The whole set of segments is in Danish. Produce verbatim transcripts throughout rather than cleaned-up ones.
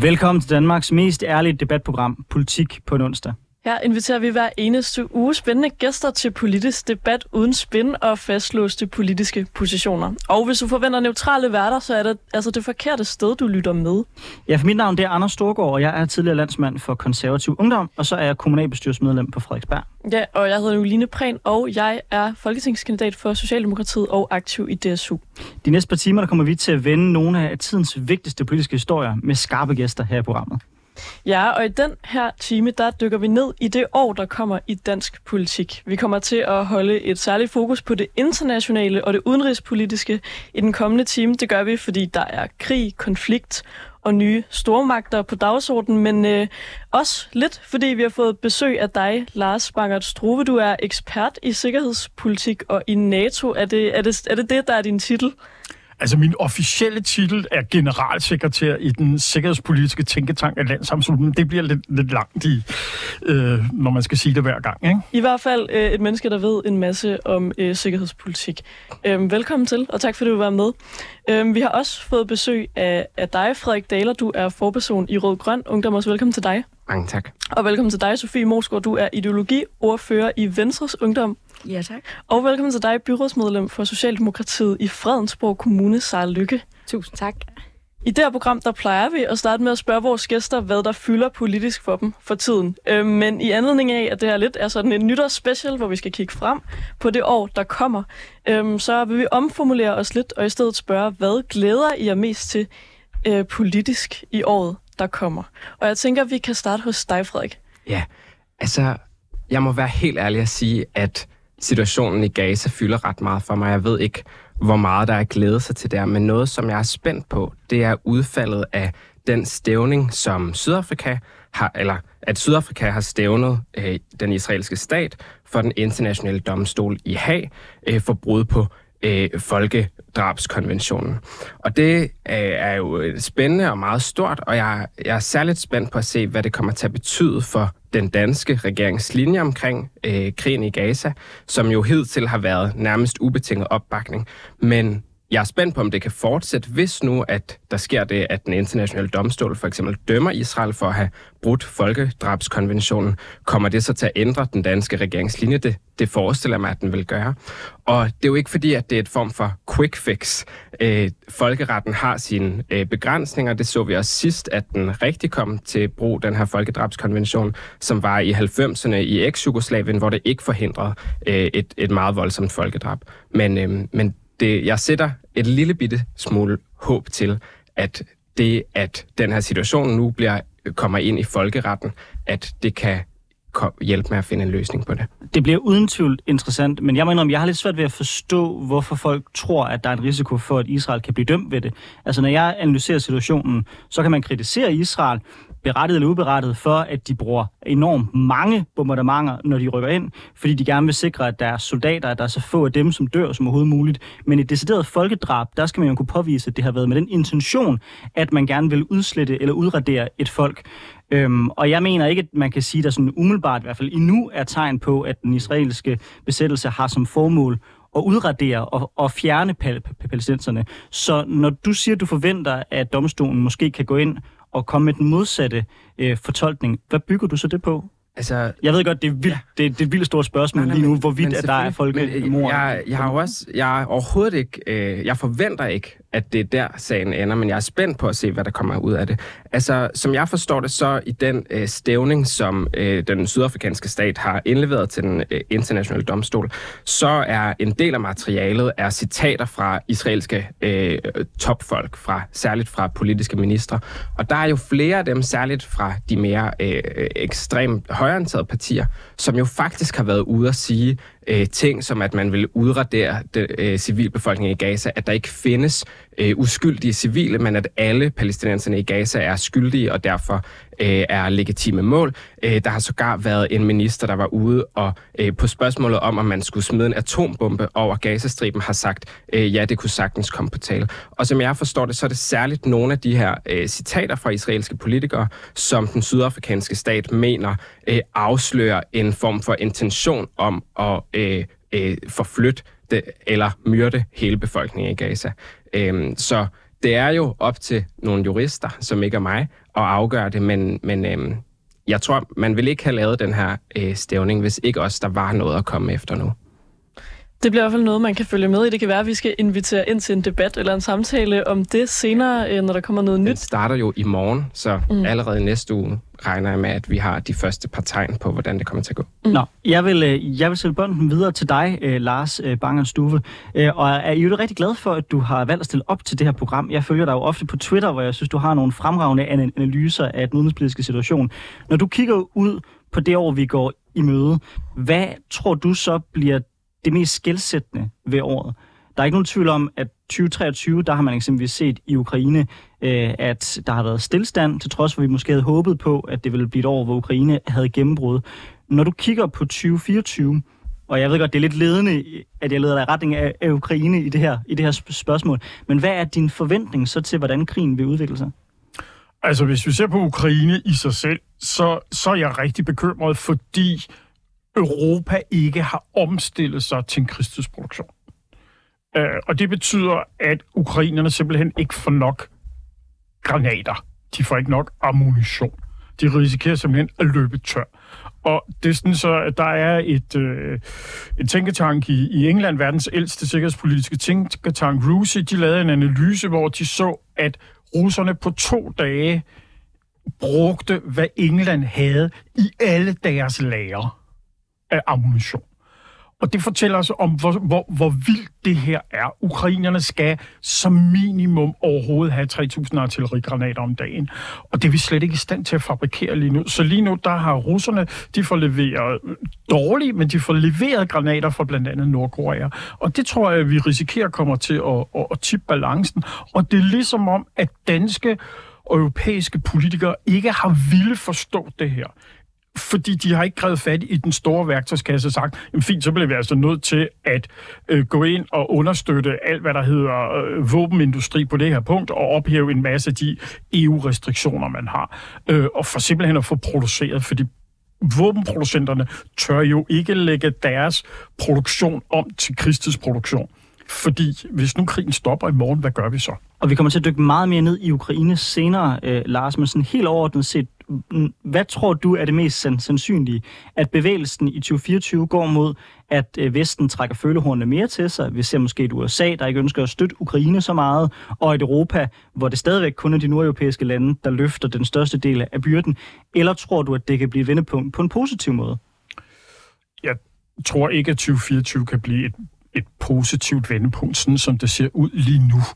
Velkommen til Danmarks mest ærlige debatprogram, Politik på en onsdag. Her inviterer vi hver eneste uge spændende gæster til politisk debat uden spin og fastlåste politiske positioner. Og hvis du forventer neutrale værter, så er det altså det forkerte sted, du lytter med. Ja, for mit navn det er Anders Storgård, og jeg er tidligere landsmand for Konservativ Ungdom, og så er jeg kommunalbestyrelsesmedlem på Frederiksberg. Ja, og jeg hedder Line Prehn, og jeg er folketingskandidat for Socialdemokratiet og aktiv i D S U. De næste par timer der kommer vi til at vende nogle af tidens vigtigste politiske historier med skarpe gæster her i programmet. Ja, og i den her time, der dykker vi ned i det år, der kommer i dansk politik. Vi kommer til at holde et særligt fokus på det internationale og det udenrigspolitiske i den kommende time. Det gør vi, fordi der er krig, konflikt og nye stormagter på dagsordenen, men øh, også lidt, fordi vi har fået besøg af dig, Lars Bangert Struve. Du er ekspert i sikkerhedspolitik og i NATO. Er det er det, er det, det der er din titel? Altså, min officielle titel er generalsekretær i den sikkerhedspolitiske tænketank af Landssammenslutningen. Det bliver lidt, lidt langt, i, øh, når man skal sige det hver gang, ikke? I hvert fald øh, et menneske, der ved en masse om øh, sikkerhedspolitik. Øh, velkommen til, og tak fordi du var med. Øh, vi har også fået besøg af, af dig, Frederik Dahler. Du er forperson i Rød Grøn Ungdom. Også velkommen til dig. Mange tak. Og velkommen til dig, Sofie Moesgaard. Du er ideologiordfører i Venstres Ungdom. Ja, tak. Og velkommen til dig, byrådsmedlem for Socialdemokratiet i Fredensborg Kommune, Sara Lykke. Tusind tak. I det her program, der plejer vi at starte med at spørge vores gæster, hvad der fylder politisk for dem for tiden. Øh, men i anledning af, at det her lidt er sådan en nytårsspecial, hvor vi skal kigge frem på det år, der kommer, øh, så vil vi omformulere os lidt og i stedet spørge, hvad glæder I jer mest til øh, politisk i året, der kommer? Og jeg tænker, at vi kan starte hos dig, Frederik. Ja, altså, jeg må være helt ærlig at sige, at situationen i Gaza fylder ret meget for mig. Jeg ved ikke, hvor meget der er glæde sig til der, men noget, som jeg er spændt på, det er udfaldet af den stævning, som Sydafrika har, eller at Sydafrika har stævnet øh, den israelske stat for den internationale domstol i Haag øh, for brud på øh, folkedrabskonventionen. Og det øh, er jo spændende og meget stort, og jeg, jeg er særligt spændt på at se, hvad det kommer til at betyde for den danske regerings linje omkring øh, krigen i Gaza, som jo hidtil har været nærmest ubetinget opbakning. Men jeg er spændt på, om det kan fortsætte, hvis nu, at der sker det, at den internationale domstol for eksempel dømmer Israel for at have brudt folkedrabskonventionen. Kommer det så til at ændre den danske regeringslinje? Det, det forestiller mig, at den vil gøre. Og det er jo ikke fordi, at det er et form for quick fix. Øh, folkeretten har sine øh, begrænsninger. Det så vi også sidst, at den rigtig kom til brug, den her folkedrabskonvention, som var i halvfemserne i eks-Jugoslavien, hvor det ikke forhindrede øh, et, et meget voldsomt folkedrab. Men, øh, men Det, jeg sætter et lille bitte smule håb til, at det, at den her situation nu bliver, kommer ind i folkeretten, at det kan hjælpe med at finde en løsning på det. Det bliver uden tvivl interessant, men jeg må indrømme, jeg har lidt svært ved at forstå, hvorfor folk tror, at der er en risiko for, at Israel kan blive dømt ved det. Altså, når jeg analyserer situationen, så kan man kritisere Israel, berettiget eller uberettiget, for at de bruger enormt mange bombardementer, når de rykker ind, fordi de gerne vil sikre, at der er soldater, at der er så få af dem, som dør som overhovedet muligt. Men i et decideret folkedrab, der skal man jo kunne påvise, at det har været med den intention, at man gerne vil udslette eller udradere et folk. Øhm, og jeg mener ikke, at man kan sige, at der sådan umiddelbart, i hvert fald endnu, er tegn på, at den israelske besættelse har som formål at udradere og, og fjerne pal- palæstinenserne. Så når du siger, at du forventer, at domstolen måske kan gå ind og komme med den modsatte øh, fortolkning, hvad bygger du så det på? Altså, jeg ved godt, det er, vildt, ja. det, det er et vildt stort spørgsmål nej, nej, lige nu, hvorvidt at der er folkemord. Jeg, jeg har også, jeg er overhovedet ikke, øh, jeg forventer ikke, at det er der sagen ender, men jeg er spændt på at se, hvad der kommer ud af det. Altså, som jeg forstår det, så i den øh, stævning, som øh, den sydafrikanske stat har indleveret til den øh, internationale domstol, så er en del af materialet er citater fra israelske øh, topfolk, fra, særligt fra politiske ministre. Og der er jo flere af dem, særligt fra de mere øh, ekstremt højreorienterede partier, som jo faktisk har været ude at sige øh, ting, som at man vil udradere det, øh, civilbefolkningen i Gaza, at der ikke findes øh, uskyldige civile, men at alle palæstinenserne i Gaza er skyldige og derfor øh, er legitime mål. Øh, der har sågar været en minister, der var ude og øh, på spørgsmålet om, om man skulle smide en atombombe over Gazastriben, har sagt, øh, ja, det kunne sagtens komme på tale. Og som jeg forstår det, så er det særligt nogle af de her øh, citater fra israelske politikere, som den sydafrikanske stat mener øh, afslører en form for intention om at øh, øh, forflytte det, eller myrde hele befolkningen i Gaza. Øh, så det er jo op til nogle jurister, som ikke er mig, at afgøre det, men, men øhm, jeg tror, man ville ikke have lavet den her øh, stævning, hvis ikke også der var noget at komme efter nu. Det bliver i hvert fald noget, man kan følge med i. Det kan være, at vi skal invitere ind til en debat eller en samtale om det senere, når der kommer noget nyt. Det starter jo i morgen, så mm. allerede næste uge regner jeg med, at vi har de første par tegn på, hvordan det kommer til at gå. Mm. Nå, jeg vil, jeg vil sætte bånden videre til dig, Lars Bangert-Stuve, og er jo rigtig glad for, at du har valgt at stille op til det her program. Jeg følger dig jo ofte på Twitter, hvor jeg synes, du har nogle fremragende analyser af den udenrigspolitiske situation. Når du kigger ud på det år, vi går i møde, hvad tror du så bliver det mest skelsættende ved året? Der er ikke nogen tvivl om, at tyve treogtyve, der har man eksempelvis set i Ukraine, øh, at der har været stillstand, til trods for, at vi måske havde håbet på, at det ville blive et år, hvor Ukraine havde gennembrud. Når du kigger på tyve fireogtyve, og jeg ved godt, det er lidt ledende, at jeg leder dig i retning af, af Ukraine i det, her, i det her spørgsmål, men hvad er din forventning så til, hvordan krigen vil udvikle sig? Altså, hvis vi ser på Ukraine i sig selv, så, så er jeg rigtig bekymret, fordi Europa ikke har omstillet sig til en krigstidsproduktion. Uh, og det betyder, at ukrainerne simpelthen ikke får nok granater. De får ikke nok ammunition. De risikerer simpelthen at løbe tør. Og det er sådan så, at der er et, øh, et tænketank i, i England, verdens ældste sikkerhedspolitiske tænketank, RUSI. De lavede en analyse, hvor de så, at russerne på to dage brugte, hvad England havde i alle deres lagre af ammunition. Og det fortæller os om, hvor, hvor, hvor vildt det her er. Ukrainerne skal som minimum overhovedet have tre tusind artillerigranater om dagen. Og det er vi slet ikke i stand til at fabrikere lige nu. Så lige nu, der har russerne, de får leveret dårligt, men de får leveret granater fra blandt andet Nordkorea. Og det tror jeg, vi risikerer kommer til at, at, at tippe balancen. Og det er ligesom om, at danske og europæiske politikere ikke har ville forstå det her. Fordi de har ikke grebet fat i den store værktøjskasse og sagt, jamen fint, så bliver vi altså nødt til at øh, gå ind og understøtte alt, hvad der hedder øh, våbenindustri på det her punkt, og ophæve en masse af de E U-restriktioner, man har. Øh, og for simpelthen at få produceret, fordi våbenproducenterne tør jo ikke lægge deres produktion om til krigstidsproduktion. Fordi hvis nu krigen stopper i morgen, hvad gør vi så? Og vi kommer til at dykke meget mere ned i Ukraine senere, øh, Lars, men sådan helt overordnet set, hvad tror du er det mest sandsynlige? At bevægelsen i tyve fireogtyve går mod, at Vesten trækker følehornene mere til sig. Vi ser måske et U S A, der ikke ønsker at støtte Ukraine så meget, og et Europa, hvor det stadigvæk kun er de nordeuropæiske lande, der løfter den største del af byrden. Eller tror du, at det kan blive et vendepunkt på en positiv måde? Jeg tror ikke, at tyve fireogtyve kan blive et, et positivt vendepunkt, sådan som det ser ud lige nu.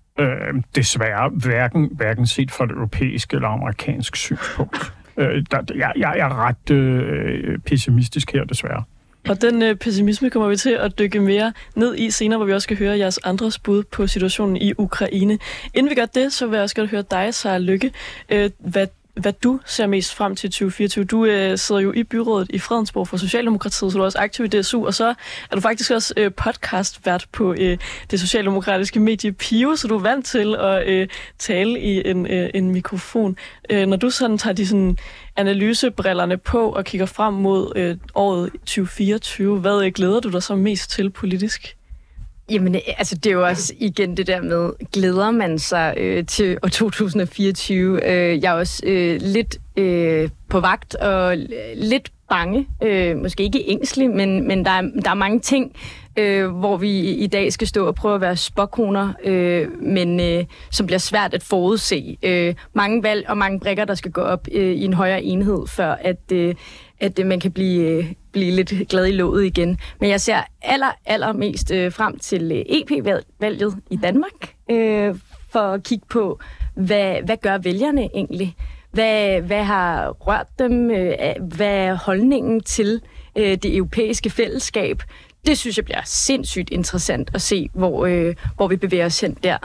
Øh, desværre hverken, hverken set fra det europæiske eller amerikanske synspunkt. Øh, der, jeg, jeg er ret øh, pessimistisk her, desværre. Og den øh, pessimisme kommer vi til at dykke mere ned i senere, hvor vi også skal høre jeres andres bud på situationen i Ukraine. Inden vi gør det, så vil jeg også godt høre dig, Sara Lykke, øh, hvad hvad du ser mest frem til tyve fireogtyve. Du øh, sidder jo i byrådet i Fredensborg for Socialdemokratiet, så du er også aktiv i D S U, og så er du faktisk også øh, podcastvært på øh, det socialdemokratiske medie Pio, så du er vant til at øh, tale i en, øh, en mikrofon. Øh, når du sådan tager de sådan analysebrillerne på og kigger frem mod øh, året tyve fireogtyve, hvad øh, glæder du dig så mest til politisk? Jamen, altså det er jo også igen det der med, glæder man sig øh, til år to tusind fireogtyve? Øh, jeg er også øh, lidt øh, på vagt og lidt bange, øh, måske ikke ængstelig, men, men der, er, der er mange ting, øh, hvor vi i dag skal stå og prøve at være spåkoner, øh, men øh, som bliver svært at forudse. Øh, mange valg og mange brikker, der skal gå op øh, i en højere enhed, før at, øh, at øh, man kan blive, øh, blive lidt glad i låget igen. Men jeg ser aller, allermest øh, frem til øh, E P-valget i Danmark, øh, for at kigge på, hvad, hvad gør vælgerne egentlig? Hvad, hvad har rørt dem? Hvad er holdningen til øh, det europæiske fællesskab? Det synes jeg bliver sindssygt interessant at se, hvor, øh, hvor vi bevæger os hen der.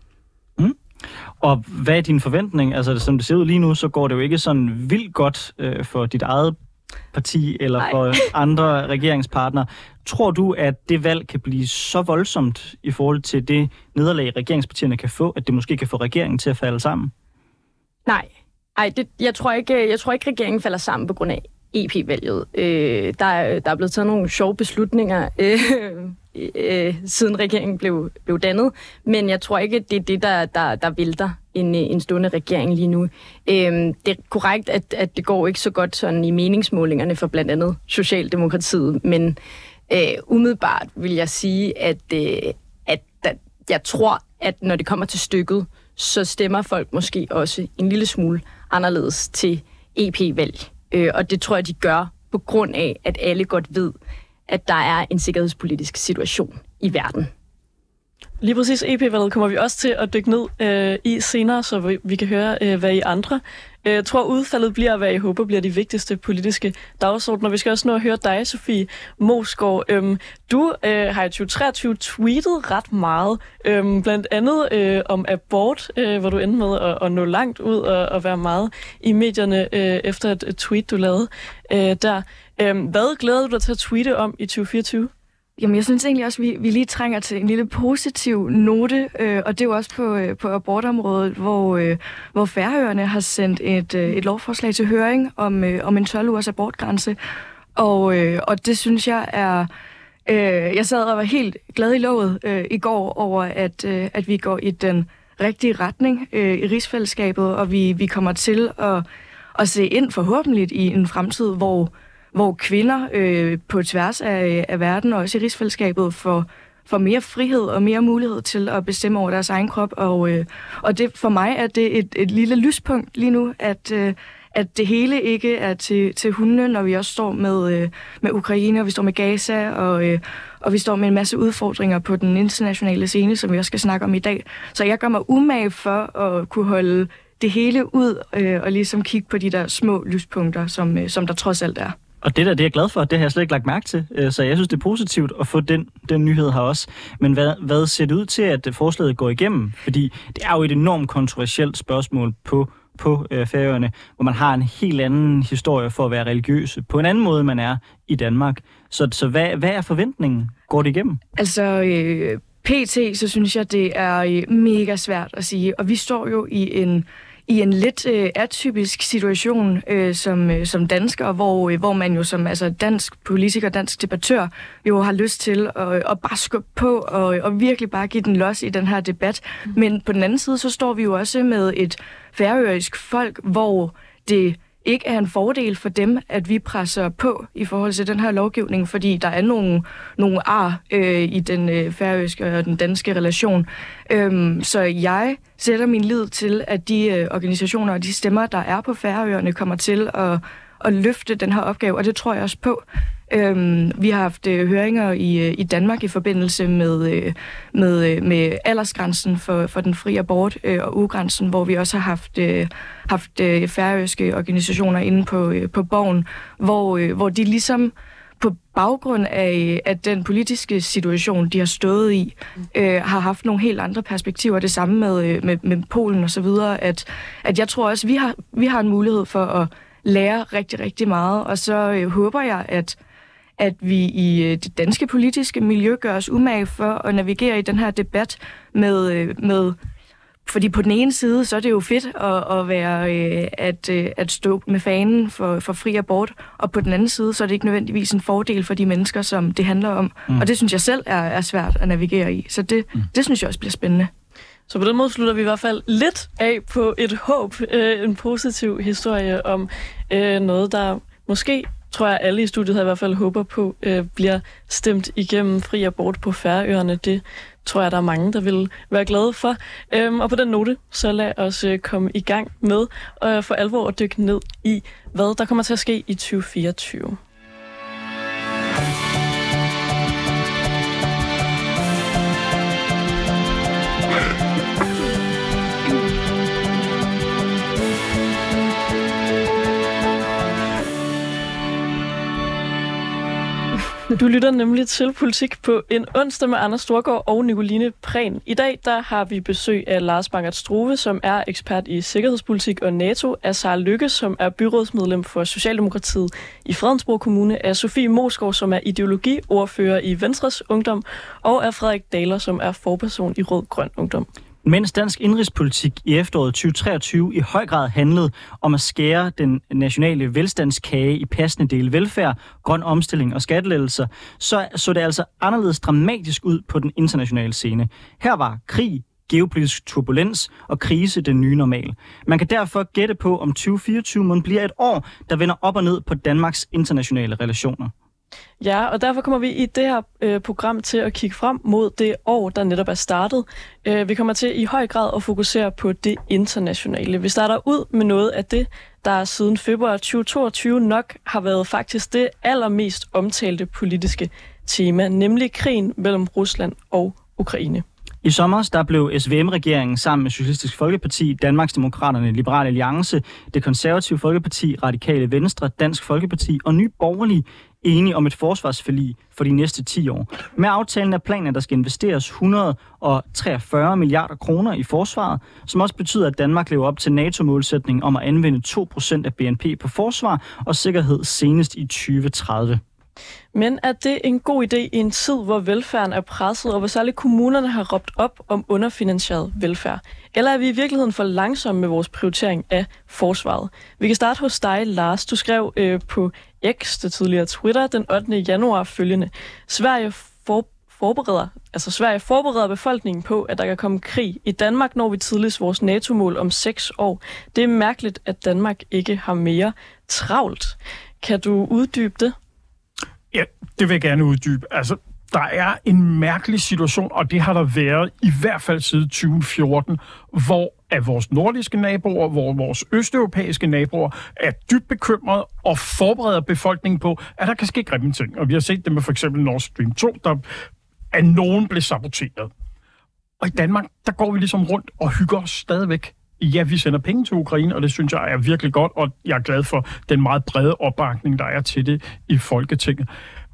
Mm. Og hvad er din forventning? Altså, som det ser ud lige nu, så går det jo ikke sådan vildt godt øh, for dit eget parti eller Nej. for andre regeringspartnere. Tror du, at det valg kan blive så voldsomt i forhold til det nederlag, regeringspartierne kan få, at det måske kan få regeringen til at falde sammen? Nej. Ej, det, jeg, tror ikke, jeg tror ikke, regeringen falder sammen på grund af E P-valget. Øh, der, er, der er blevet taget nogle sjove beslutninger, øh, øh, siden regeringen blev, blev dannet, men jeg tror ikke, det er det, der, der, der vælter en, en stående regering lige nu. Øhm, det er korrekt, at, at det går ikke så godt sådan i meningsmålingerne for blandt andet Socialdemokratiet, men øh, umiddelbart vil jeg sige, at, øh, at der, jeg tror, at når det kommer til stykket, så stemmer folk måske også en lille smule anderledes til E P-valg. Øh, og det tror jeg, de gør på grund af, at alle godt ved, at der er en sikkerhedspolitisk situation i verden. Lige præcis E P-valget kommer vi også til at dykke ned øh, i senere, så vi, vi kan høre, øh, hvad I andre øh, tror udfaldet bliver, hvad I håber bliver de vigtigste politiske dagsordner. Vi skal også nå at høre dig, Sofie Moesgaard. Øhm, du øh, har i tyve treogtyve tweetet ret meget, øhm, blandt andet øh, om abort, øh, hvor du endte med at, at nå langt ud og, og være meget i medierne øh, efter et, et tweet, du lavede øh, der. Øhm, hvad glæder du dig til at tweete om i tyve fireogtyve? Jamen, jeg synes egentlig også, at vi, vi lige trænger til en lille positiv note, øh, og det er jo også på, øh, på abortområdet, hvor, øh, hvor Færøerne har sendt et, øh, et lovforslag til høring om, øh, om en tolv ugers abortgrænse, og, øh, og det synes jeg er... Øh, jeg sad og var helt glad i låget øh, i går over, at, øh, at vi går i den rigtige retning øh, i rigsfællesskabet, og vi, vi kommer til at, at se ind forhåbentlig i en fremtid, hvor hvor kvinder øh, på tværs af, af verden, og også i rigsfællesskabet, får, får mere frihed og mere mulighed til at bestemme over deres egen krop. Og, øh, og det, for mig er det et, et lille lyspunkt lige nu, at, øh, at det hele ikke er til, til hundene, når vi også står med, øh, med Ukraine, og vi står med Gaza, og, øh, og vi står med en masse udfordringer på den internationale scene, som vi også skal snakke om i dag. Så jeg gør mig umage for at kunne holde det hele ud, øh, og ligesom kigge på de der små lyspunkter, som, øh, som der trods alt er. Og det der, det er jeg glad for, det har jeg slet ikke lagt mærke til. Så jeg synes, det er positivt at få den, den nyhed her også. Men hvad, hvad ser det ud til, at forslaget går igennem? Fordi det er jo et enormt kontroversielt spørgsmål på, på øh, Færøerne, hvor man har en helt anden historie for at være religiøs. På en anden måde, man er i Danmark. Så, så hvad, hvad er forventningen? Går det igennem? Altså... Øh, P T, så synes jeg, det er øh, mega svært at sige. Og vi står jo i en... i en lidt øh, atypisk situation øh, som, øh, som dansker, hvor, øh, hvor man jo som altså, dansk politiker, dansk debattør, jo har lyst til at, at bare skubbe på og, og virkelig bare give den los i den her debat. Mm. Men på den anden side, så står vi jo også med et færøsk folk, hvor det ikke er en fordel for dem, at vi presser på i forhold til den her lovgivning, fordi der er nogle, nogle ar øh, i den øh, færøske og den danske relation. Øhm, så jeg sætter min lid til, at de øh, organisationer og de stemmer, der er på Færøerne, kommer til at, at løfte den her opgave, og det tror jeg også på. Øhm, vi har haft øh, høringer i, i Danmark i forbindelse med, øh, med, øh, med aldersgrænsen for, for den frie abort øh, og ugrænsen, hvor vi også har haft, øh, haft øh, færøske organisationer inde på, øh, på Borgen, hvor, øh, hvor de ligesom på baggrund af, af den politiske situation, de har stået i, øh, har haft nogle helt andre perspektiver. Det samme med, med, med Polen og så videre, at, at jeg tror også, vi har, vi har en mulighed for at lære rigtig, rigtig meget, og så øh, håber jeg, at at vi i det danske politiske miljø gør os umage for at navigere i den her debat med, med fordi på den ene side, så er det jo fedt at, at være at, at stå med fanen for, for fri abort, og på den anden side, så er det ikke nødvendigvis en fordel for de mennesker, som det handler om. Mm. Og det synes jeg selv er, er svært at navigere i. Så det, mm. det synes jeg også bliver spændende. Så på den måde slutter vi i hvert fald lidt af på et håb, øh, en positiv historie om øh, noget, der måske, tror jeg, alle i studiet her i hvert fald håber på, øh, bliver stemt igennem fri abort på Færøerne. Det tror jeg, der er mange, der vil være glade for. Øhm, og på den note, så lad os øh, komme i gang med øh, for alvor at dykke ned i, hvad der kommer til at ske i tyve fireogtyve. Du lytter nemlig til Politik på en onsdag med Anders Storgård og Nicoline Prehn. I dag der har vi besøg af Lars Bangert Struve, som er ekspert i sikkerhedspolitik og NATO, af Sara Lykke, som er byrådsmedlem for Socialdemokratiet i Fredensborg Kommune, af Sofie Moesgaard, som er ideologiordfører i Venstres Ungdom, og af Frederik Dahler, som er forperson i Rød Grøn Ungdom. Mens dansk indrigspolitik i efteråret tyve treogtyve i høj grad handlede om at skære den nationale velstandskage i passende del velfærd, grøn omstilling og skattelettelser, så så det altså anderledes dramatisk ud på den internationale scene. Her var krig, geopolitisk turbulens og krise den nye normal. Man kan derfor gætte på, om tyve fireogtyve må bliver et år, der vender op og ned på Danmarks internationale relationer. Ja, og derfor kommer vi i det her øh, program til at kigge frem mod det år, der netop er startet. Øh, vi kommer til i høj grad at fokusere på det internationale. Vi starter ud med noget af det, der siden februar tyve toogtyve nok har været faktisk det allermest omtalte politiske tema, nemlig krigen mellem Rusland og Ukraine. I sommer der blev S V M-regeringen sammen med Socialistisk Folkeparti, Danmarksdemokraterne, Liberal Alliance, Det Konservative Folkeparti, Radikale Venstre, Dansk Folkeparti og Nye Borgerlige enige om et forsvarsforlig for de næste ti år. Med aftalen er planen, at der skal investeres et hundrede og treogfyrre milliarder kroner i forsvaret, som også betyder, at Danmark lever op til NATO-målsætningen om at anvende to procent af B N P på forsvar og sikkerhed senest i tyve tredive. Men er det en god idé i en tid, hvor velfærden er presset, og hvor særligt kommunerne har råbt op om underfinansieret velfærd? Eller er vi i virkeligheden for langsomme med vores prioritering af forsvaret? Vi kan starte hos dig, Lars. Du skrev øh, på X, det tidligere Twitter, den ottende januar følgende: Sverige for, forbereder, altså Sverige forbereder befolkningen på, at der kan komme krig. I Danmark når vi tidligst vores NATO-mål om seks år. Det er mærkeligt, at Danmark ikke har mere travlt. Kan du uddybe det? Ja, det vil jeg gerne uddybe. Altså, der er en mærkelig situation, og det har der været i hvert fald siden tyve fjorten, hvor af vores nordiske naboer, hvor vores østeuropæiske naboer er dybt bekymrede og forbereder befolkningen på, at der kan ske grimme ting. Og vi har set det med for eksempel Nord Stream to, der er nogen blev saboteret. Og i Danmark, der går vi ligesom rundt og hygger os stadigvæk. Ja, vi sender penge til Ukraine, og det synes jeg er virkelig godt, og jeg er glad for den meget brede opbakning, der er til det i Folketinget.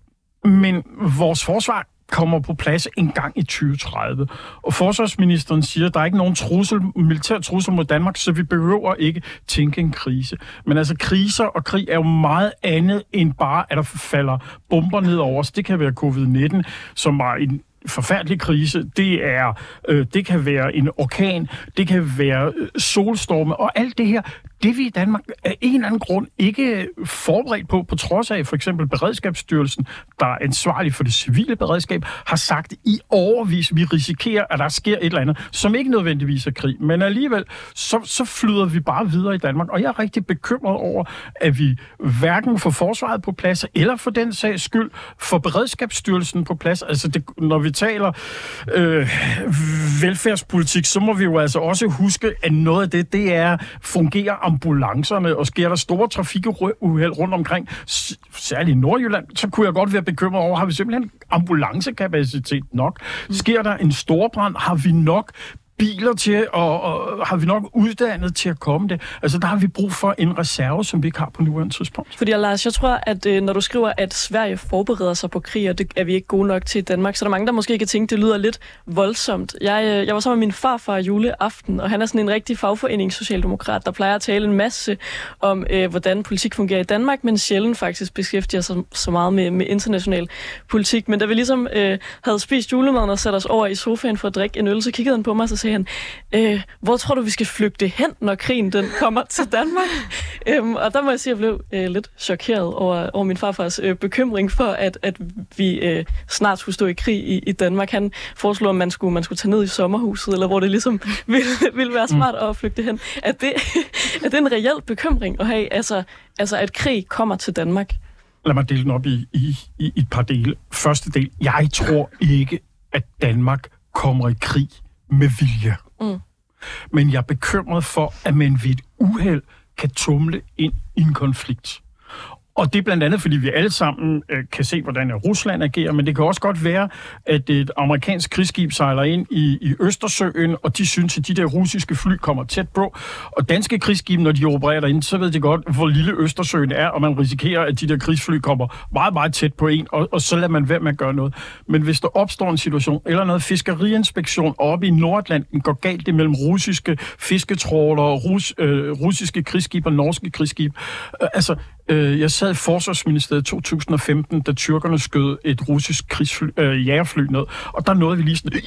Men vores forsvar kommer på plads en gang i tyve tredive, og forsvarsministeren siger, at der er ikke nogen trussel, militær trussel mod Danmark, så vi behøver ikke tænke en krise. Men altså, kriser og krig er jo meget andet end bare, at der falder bomber ned over os. Det kan være covid nitten, som var en forfærdelig krise, det er, øh, det kan være en orkan, det kan være øh, solstorme, og alt det her, det vi i Danmark af en eller anden grund ikke forberedt på, på trods af for eksempel Beredskabsstyrelsen, der er ansvarlig for det civile beredskab, har sagt i overvis, vi risikerer, at der sker et eller andet, som ikke nødvendigvis er krig, men alligevel, så, så flyder vi bare videre i Danmark, og jeg er rigtig bekymret over, at vi hverken får forsvaret på plads, eller for den sags skyld, får Beredskabsstyrelsen på plads. Altså, det, når vi taler øh, velfærdspolitik, så må vi jo altså også huske, at noget af det, det er, fungerer ambulancerne, og sker der store trafikuheld rundt omkring, særligt i Nordjylland, så kunne jeg godt være bekymret over, har vi simpelthen ambulancekapacitet nok? Sker der en storbrand, har vi nok biler til, og, og har vi nok uddannet til at komme det? Altså, der har vi brug for en reserve, som vi ikke har på nuværende tidspunkt. Fordi, Lars, jeg tror, at øh, når du skriver, at Sverige forbereder sig på krig, og det er vi ikke gode nok til i Danmark, så er der mange, der måske kan tænke, det lyder lidt voldsomt. Jeg, øh, jeg var sammen med min farfar juleaften, og han er sådan en rigtig fagforeningssocialdemokrat, der plejer at tale en masse om, øh, hvordan politik fungerer i Danmark, men sjældent faktisk beskæftiger sig så meget med, med international politik. Men da vi ligesom øh, havde spist julemaden og sat os over i sofaen for at drikke en øl, så kiggede han på mig, så sagde han, øh, hvor tror du, vi skal flygte hen, når krigen den kommer til Danmark? øhm, og der må jeg sige, at jeg blev øh, lidt chokeret over, over min farfars øh, bekymring for, at, at vi øh, snart skulle stå i krig i, i Danmark. Han foreslog, at man skulle, man skulle tage ned i sommerhuset, eller hvor det ligesom ville, ville være smart at flygte hen. Er det, er det en reel bekymring at have, altså, altså at krig kommer til Danmark? Lad mig dele den op i, i, i et par dele. Første del, jeg tror ikke, at Danmark kommer i krig med vilje. Mm. Men jeg er bekymret for, at man ved et uheld kan tumle ind i en konflikt. Og det er blandt andet, fordi vi alle sammen øh, kan se, hvordan Rusland agerer, men det kan også godt være, at et amerikansk krigsskib sejler ind i, i Østersøen, og de synes, at de der russiske fly kommer tæt på. Og danske krigsskibe, når de opererer derinde, så ved de godt, hvor lille Østersøen er, og man risikerer, at de der krigsfly kommer meget, meget tæt på en, og, og så lader man være med at gøre noget. Men hvis der opstår en situation, eller noget fiskeriinspektion oppe i Nordatlanten går galt det mellem russiske fisketrålere, rus, øh, russiske krigsskib og norske krigsskib, øh, altså, øh, jeg sad sad i Forsvarsministeriet i to tusind og femten, da tyrkerne skød et russisk krigsfly, øh, jagerfly ned, og der nåede vi lige sådan,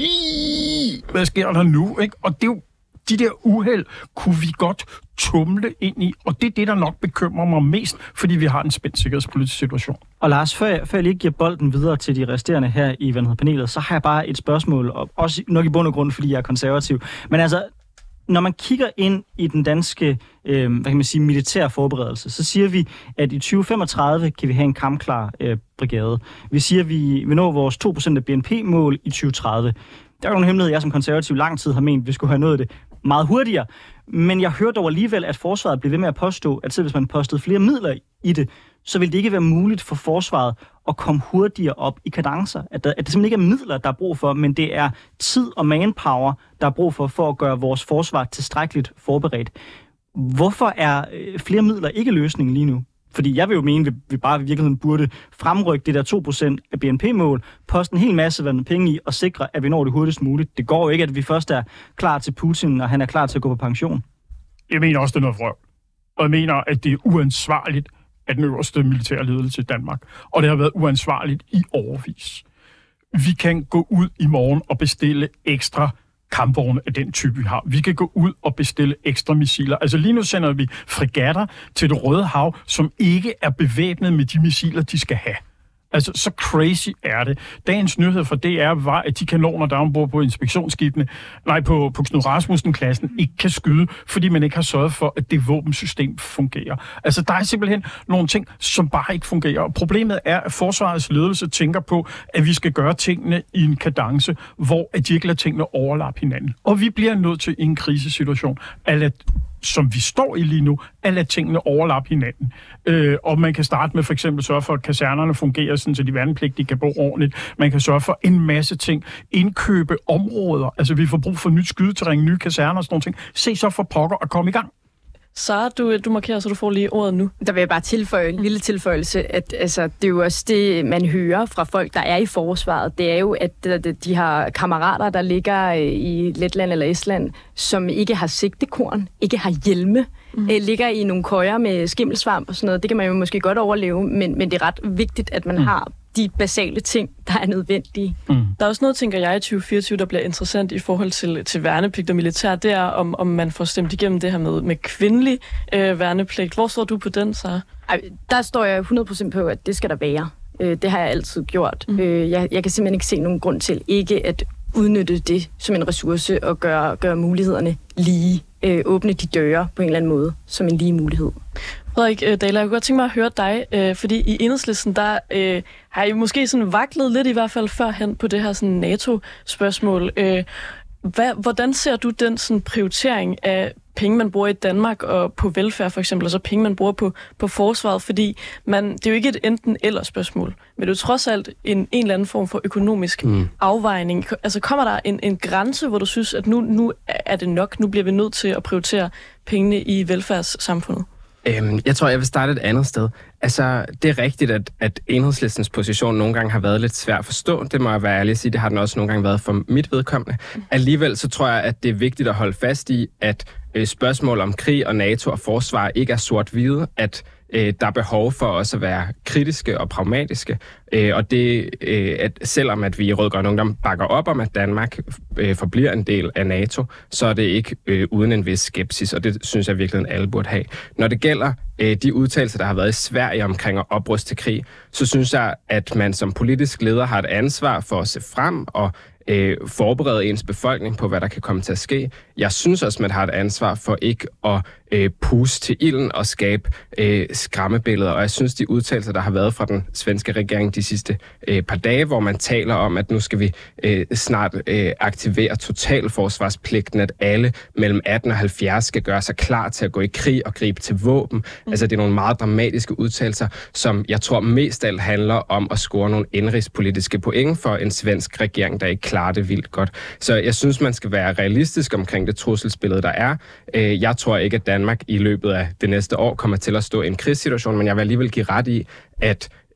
hvad sker der nu? Ikke? Og det er jo de der uheld kunne vi godt tumle ind i, og det er det, der nok bekymrer mig mest, fordi vi har en spændt sikkerhedspolitisk situation. Og Lars, før jeg, før jeg lige giver bolden videre til de resterende her i panelet, så har jeg bare et spørgsmål, og også nok i bund og grund, fordi jeg er konservativ. Men altså, når man kigger ind i den danske øh, hvad kan man sige, militære forberedelse, så siger vi, at i tyve femogtredive kan vi have en kampklar øh, brigade. Vi siger, at vi vil nå vores to procent af B N P-mål i tyve tredive. Der er jo en hemmelighed, jeg som konservativ lang tid har ment, at vi skulle have nået det meget hurtigere. Men jeg hørte dog alligevel, at forsvaret blev ved med at påstå, at selv hvis man postede flere midler i det, så ville det ikke være muligt for forsvaret at komme hurtigere op i kadencer. At, der, at det simpelthen ikke er midler, der er brug for, men det er tid og manpower, der er brug for, for at gøre vores forsvar tilstrækkeligt forberedt. Hvorfor er flere midler ikke løsningen lige nu? Fordi jeg vil jo mene, at vi bare i virkeligheden burde fremrykke det der to procent af B N P-mål, poste en hel masse penge i og sikre, at vi når det hurtigst muligt. Det går jo ikke, at vi først er klar til Putin, og han er klar til at gå på pension. Jeg mener også, det er noget frøv. Og jeg mener, at det er uansvarligt af den øverste militære ledelse i Danmark. Og det har været uansvarligt i årevis. Vi kan gå ud i morgen og bestille ekstra kampvogne af den type, vi har. Vi kan gå ud og bestille ekstra missiler. Altså lige nu sender vi fregatter til det Røde Hav, som ikke er bevæbnet med de missiler, de skal have. Altså, så crazy er det. Dagens nyhed fra D R var, at de kanoner, der er ombord på inspektionsskibene, nej, på, på Knud Rasmussen-klassen, ikke kan skyde, fordi man ikke har sørget for, at det våbensystem fungerer. Altså, der er simpelthen nogle ting, som bare ikke fungerer. Og problemet er, at forsvarets ledelse tænker på, at vi skal gøre tingene i en kadence, hvor at de ikke lader tingene overlappe hinanden. Og vi bliver nødt til i en krisesituation at lade, som vi står i lige nu, at lade tingene overlappe hinanden. Øh, og man kan starte med for eksempel sørge for, at kasernerne fungerer, sådan, så de værnepligtige kan bo ordentligt. Man kan sørge for en masse ting. Indkøbe områder. Altså, vi får brug for nyt skydeterræn, nye kaserner og sådan nogle ting. Se så for pokker og komme i gang. Sara, du, du markerer, så du får lige ordet nu. Der vil jeg bare tilføje en lille tilføjelse, at altså, det er jo også det, man hører fra folk, der er i forsvaret. Det er jo, at de har kammerater, der ligger i Letland eller Estland, som ikke har sigtekorn, ikke har hjelme, mm. ligger i nogle køjer med skimmelsvamp og sådan noget. Det kan man jo måske godt overleve, men, men det er ret vigtigt, at man mm. har de basale ting, der er nødvendige. Mm. Der er også noget, tænker jeg, i tyve fireogtyve, der bliver interessant i forhold til, til værnepligt og militær. Det er, om, om man får stemt igennem det her med, med kvindelig øh, værnepligt. Hvor står du på den, så? Ej, der står jeg hundrede procent på, at det skal der være. Øh, det har jeg altid gjort. Mm. Øh, jeg, jeg kan simpelthen ikke se nogen grund til ikke at udnytte det som en ressource og gøre, gøre mulighederne lige. Øh, åbne de døre på en eller anden måde som en lige mulighed. Frederik Dahle, jeg kunne godt tænke mig at høre dig, øh, fordi i Enhedslisten, der øh, har I måske sådan vaklet lidt i hvert fald førhen på det her sådan NATO-spørgsmål. Øh, hvad, hvordan ser du den sådan prioritering af penge, man bruger i Danmark og på velfærd for eksempel, og så penge, man bruger på, på forsvaret? Fordi man, det er jo ikke et enten-eller spørgsmål, men det er jo trods alt en, en eller anden form for økonomisk mm. afvejning. Altså kommer der en, en grænse, hvor du synes, at nu, nu er det nok, nu bliver vi nødt til at prioritere pengene i velfærdssamfundet? Jeg tror, jeg vil starte et andet sted. Altså, det er rigtigt, at, at Enhedslistens position nogle gange har været lidt svær at forstå. Det må jeg være ærlig at sige. Det har den også nogle gange været for mit vedkommende. Alligevel så tror jeg, at det er vigtigt at holde fast i, at øh, spørgsmål om krig og NATO og forsvar ikke er sort-hvide, at øh, der er behov for også at være kritiske og pragmatiske. Øh, og det, øh, at selvom at vi i Rød Grøn Ungdom bakker op om, at Danmark øh, forbliver en del af NATO, så er det ikke øh, uden en vis skepsis, og det synes jeg virkelig, at alle burde have. Når det gælder øh, de udtalelser, der har været i Sverige omkring at opruste til krig, så synes jeg, at man som politisk leder har et ansvar for at se frem og øh, forberede ens befolkning på, hvad der kan komme til at ske. Jeg synes også, man har et ansvar for ikke at øh, puste til ilden og skabe øh, skræmmebilleder. Og jeg synes, de udtalelser, der har været fra den svenske regering de sidste øh, par dage, hvor man taler om, at nu skal vi øh, snart øh, aktivere totalforsvarspligten, at alle mellem atten og halvfjerds skal gøre sig klar til at gå i krig og gribe til våben. Mm. Altså, det er nogle meget dramatiske udtalelser, som jeg tror mest af alt handler om at score nogle indrigspolitiske point for en svensk regering, der ikke klarer det vildt godt. Så jeg synes, man skal være realistisk omkring det trusselsbillede, der er. Øh, jeg tror ikke, at Danmark i løbet af det næste år kommer til at stå i en krigssituation, men jeg vil alligevel give ret i, at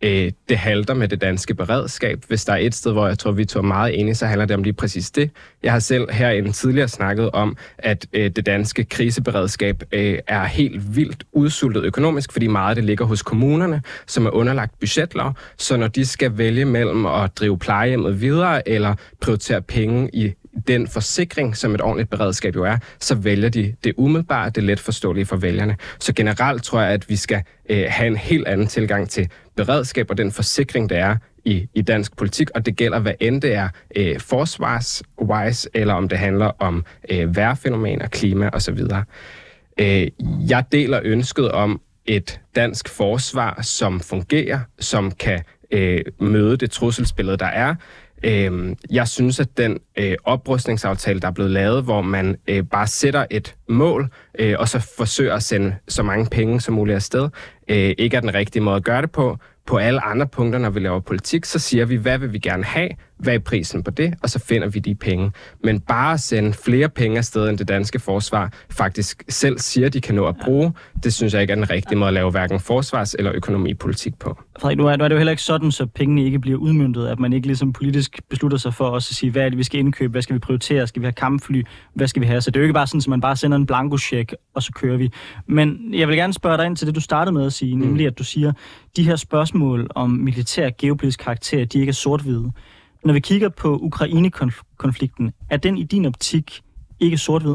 øh, det halter med det danske beredskab. Hvis der er et sted, hvor jeg tror, vi to er meget enige, så handler det om lige præcis det. Jeg har selv herinde tidligere snakket om, at øh, det danske kriseberedskab øh, er helt vildt udsultet økonomisk, fordi meget af det ligger hos kommunerne, som er underlagt budgetlov. Så når de skal vælge mellem at drive plejehjemmet videre eller prioritere penge i den forsikring, som et ordentligt beredskab jo er, så vælger de det umiddelbare, det let forståelige for vælgerne. Så generelt tror jeg, at vi skal øh, have en helt anden tilgang til beredskab og den forsikring, der er i, i dansk politik, og det gælder, hvad end det er øh, forsvarswise, eller om det handler om øh, vejrfænomener, klima osv. Øh, jeg deler ønsket om et dansk forsvar, som fungerer, som kan øh, møde det trusselsbillede, der er. Jeg synes, at den øh, oprustningsaftale, der er blevet lavet, hvor man øh, bare sætter et mål, øh, og så forsøger at sende så mange penge som muligt afsted, øh, ikke er den rigtige måde at gøre det på. På alle andre punkter, når vi laver politik, så siger vi, hvad vil vi gerne have, hvad er prisen på det, og så finder vi de penge. Men bare at sende flere penge afsted, end det danske forsvar faktisk selv siger, de kan nå at bruge, det synes jeg ikke er den rigtige måde at lave hverken forsvars- eller økonomipolitik på. Frederik, nu er, nu er det jo heller ikke sådan, så pengene ikke bliver udmøntet, at man ikke ligesom politisk beslutter sig for også at sige, hvad er det, vi skal indkøbe, hvad skal vi prioritere, skal vi have kampfly, hvad skal vi have? Så det er jo ikke bare sådan, at man bare sender en blankocheck, og så kører vi. Men jeg vil gerne spørge dig ind til det, du startede med at sige, mm. nemlig at du siger, de her spørgsmål om militær geopolitisk karakter, de ikke er sort-hvide. Når vi kigger på Ukraine-konflikten, er den i din optik ikke sort-hvid?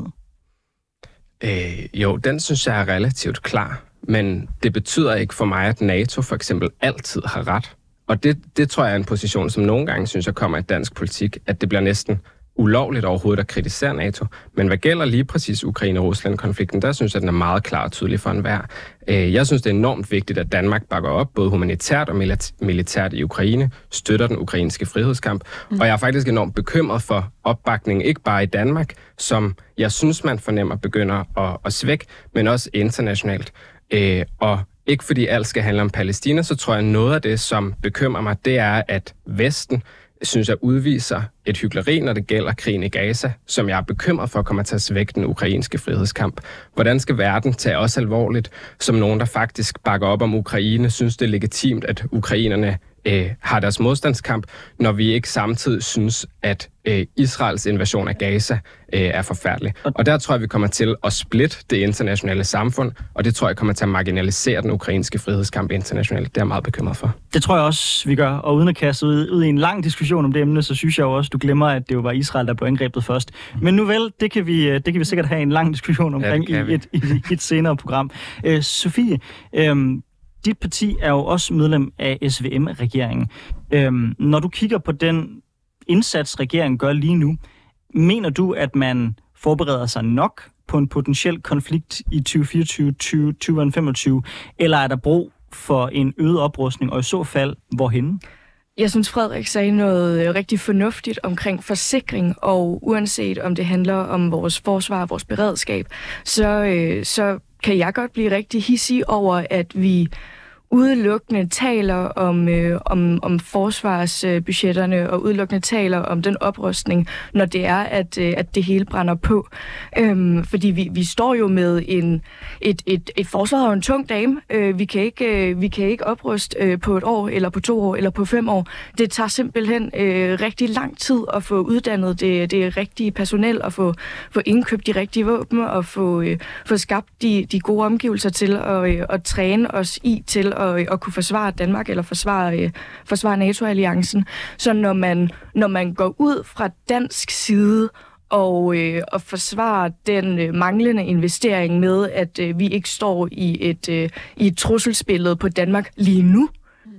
Øh, jo, den synes jeg er relativt klar. Men det betyder ikke for mig, at NATO for eksempel altid har ret. Og det, det tror jeg er en position, som nogle gange synes jeg kommer i dansk politik, at det bliver næsten ulovligt overhovedet at kritisere NATO. Men hvad gælder lige præcis Ukraine-Rusland-konflikten, der synes jeg, at den er meget klar og tydelig for enhver. Jeg synes, det er enormt vigtigt, at Danmark bakker op, både humanitært og militært i Ukraine, støtter den ukrainske frihedskamp. Mm. Og jeg er faktisk enormt bekymret for opbakningen, ikke bare i Danmark, som jeg synes, man fornemmer begynder at, at svække, men også internationalt. Og ikke fordi alt skal handle om Palæstina, så tror jeg, noget af det, som bekymrer mig, det er, at Vesten, synes jeg, udviser et hykleri, når det gælder krigen i Gaza, som jeg er bekymret for kommer til at svække den ukrainske frihedskamp. Hvordan skal verden tage os alvorligt, som nogen, der faktisk bakker op om Ukraine, synes det er legitimt, at ukrainerne øh, har deres modstandskamp, når vi ikke samtidig synes, at øh, Israels invasion af Gaza øh, er forfærdelig. Og der tror jeg, vi kommer til at splitte det internationale samfund, og det tror jeg kommer til at marginalisere den ukrainske frihedskamp internationalt. Det er jeg meget bekymret for. Det tror jeg også, vi gør. Og uden at kaste ud, ud i en lang diskussion om det emne, så synes jeg jo også, du glemmer, at det jo var Israel, der blev angrebet først. Men nu vel, det kan vi, det kan vi sikkert have en lang diskussion omkring ja, i, et, i et senere program. Øh, Sofie, øh, dit parti er jo også medlem af S V M-regeringen. Øh, når du kigger på den indsats, regeringen gør lige nu, mener du, at man forbereder sig nok på en potentiel konflikt i tyve fireogtyve til tyve femogtyve, eller er der brug for en øget oprustning, og i så fald, hvorhenne? Jeg synes, Frederik sagde noget rigtig fornuftigt omkring forsikring, og uanset om det handler om vores forsvar og vores beredskab, så, øh, så kan jeg godt blive rigtig hissig over, at vi udelukkende taler om, øh, om, om forsvarsbudgetterne og udelukkende taler om den oprustning, når det er, at, øh, at det hele brænder på. Øhm, fordi vi, vi står jo med en, et, et, et forsvar og en tung dame. Øh, vi, kan ikke, øh, vi kan ikke opruste øh, på et år, eller på to år, eller på fem år. Det tager simpelthen øh, rigtig lang tid at få uddannet det, det rigtige personel, og få, få indkøbt de rigtige våben, og få, øh, få skabt de, de gode omgivelser til at, øh, at træne os i til at, at kunne forsvare Danmark eller forsvare, øh, forsvare NATO-alliancen. Så når man, når man går ud fra dansk side og, øh, og forsvare den øh, manglende investering med, at øh, vi ikke står i et, øh, i et trusselsbillede på Danmark lige nu,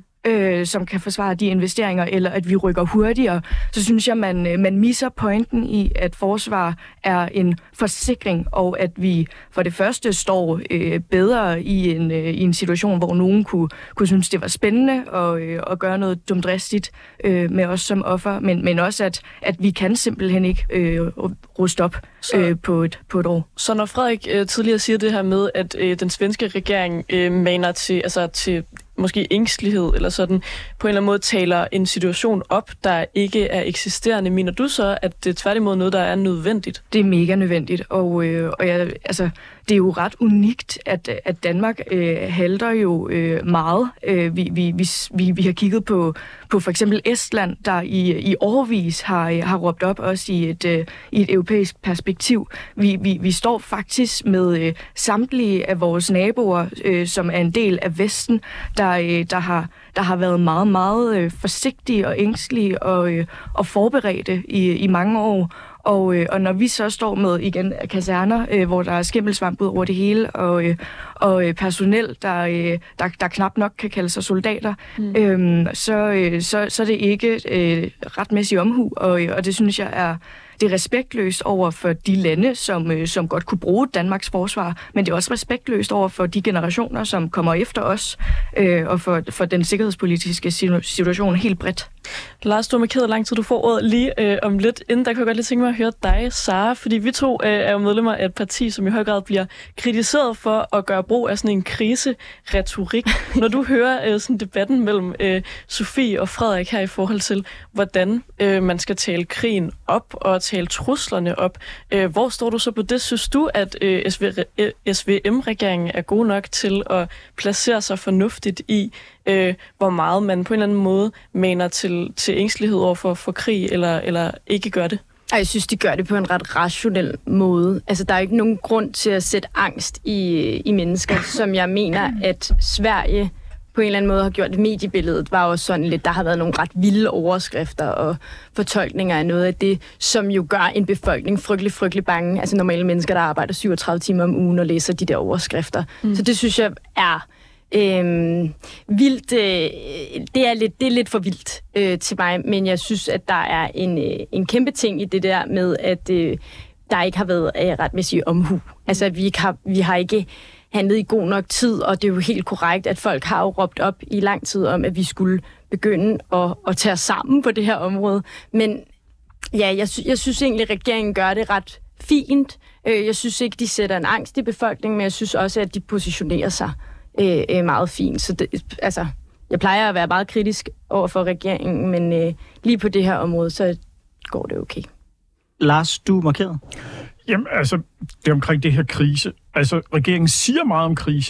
øh, som kan forsvare de investeringer, eller at vi rykker hurtigere, så synes jeg, man, øh, man misser pointen i, at forsvar er en forsikring, og at vi for det første står øh, bedre i en, øh, i en situation, hvor nogen kunne, kunne synes, det var spændende og, øh, at gøre noget dumdristigt øh, med os som offer, men, men også, at, at vi kan simpelthen ikke øh, ruste op øh, på, et, på et år. Så når Frederik øh, tidligere siger det her med, at øh, den svenske regering øh, maner til, altså til måske ængstelighed eller sådan, på en eller anden måde taler en situation op, der ikke er eksisterende, mener du så, at det er tværtimod noget, der er nødvendigt? Det er mega nødvendigt, og, øh, og jeg, altså, det er jo ret unikt, at, at Danmark øh, halter jo øh, meget. Øh, vi, vi, vi, vi har kigget på, på for eksempel Estland, der i, i årevis har, har råbt op også i et, øh, i et europæisk perspektiv. Vi, vi, vi står faktisk med øh, samtlige af vores naboer, øh, som er en del af Vesten, der, øh, der, har, der har været meget, meget øh, forsigtige og ængstelige og, øh, og forberedte i, i mange år. Og, øh, og når vi så står med igen kaserner, øh, hvor der er skimmelsvamp ud over det hele, og, øh, og øh, personel, der, øh, der, der knap nok kan kalde sig soldater, mm. øh, så, øh, så, så er det ikke øh, retmæssig omhu, og, og det synes jeg er det er respektløst over for de lande, som, øh, som godt kunne bruge Danmarks forsvar, men det er også respektløst over for de generationer, som kommer efter os, øh, og for, for den sikkerhedspolitiske situation helt bredt. Lars, du er markeret lang tid, du får ordet lige øh, om lidt. Inden der kan jeg godt lige tænke mig at høre dig, Sara, fordi vi to øh, er jo medlemmer af et parti, som i høj grad bliver kritiseret for at gøre brug af sådan en kriseretorik. Når du hører øh, sådan debatten mellem øh, Sofie og Frederik her i forhold til, hvordan øh, man skal tale krigen op og tale truslerne op, øh, hvor står du så på det? Synes du, at øh, S V M-regeringen er god nok til at placere sig fornuftigt i, øh, hvor meget man på en eller anden måde mener til, til ængstelighed over for, for krig, eller, eller ikke gør det? Jeg synes, de gør det på en ret rationel måde. Altså, der er ikke nogen grund til at sætte angst i, i mennesker, som jeg mener, at Sverige på en eller anden måde har gjort. Mediebilledet var jo sådan lidt, der har været nogle ret vilde overskrifter og fortolkninger af noget af det, som jo gør en befolkning frygtelig, frygtelig bange. Altså normale mennesker, der arbejder syvogtredive timer om ugen og læser de der overskrifter. Mm. Så det synes jeg er Øhm, vildt, øh, det, er lidt, det er lidt for vildt øh, til mig, men jeg synes, at der er en, øh, en kæmpe ting i det der med, at øh, der ikke har været øh, retmæssig omhu. Altså, vi, ikke har, vi har ikke handlet i god nok tid, og det er jo helt korrekt, at folk har jo råbt op i lang tid om, at vi skulle begynde at, at tage os sammen på det her område. Men ja, jeg, sy- jeg synes egentlig, at regeringen gør det ret fint. Jeg synes ikke, de sætter en angst i befolkningen, men jeg synes også, at de positionerer sig Øh, meget fint. Så det, altså, jeg plejer at være meget kritisk over for regeringen, men øh, lige på det her område, så går det okay. Lars, du er markeret. Jamen, altså, det er omkring det her krise. Altså, regeringen siger meget om krise,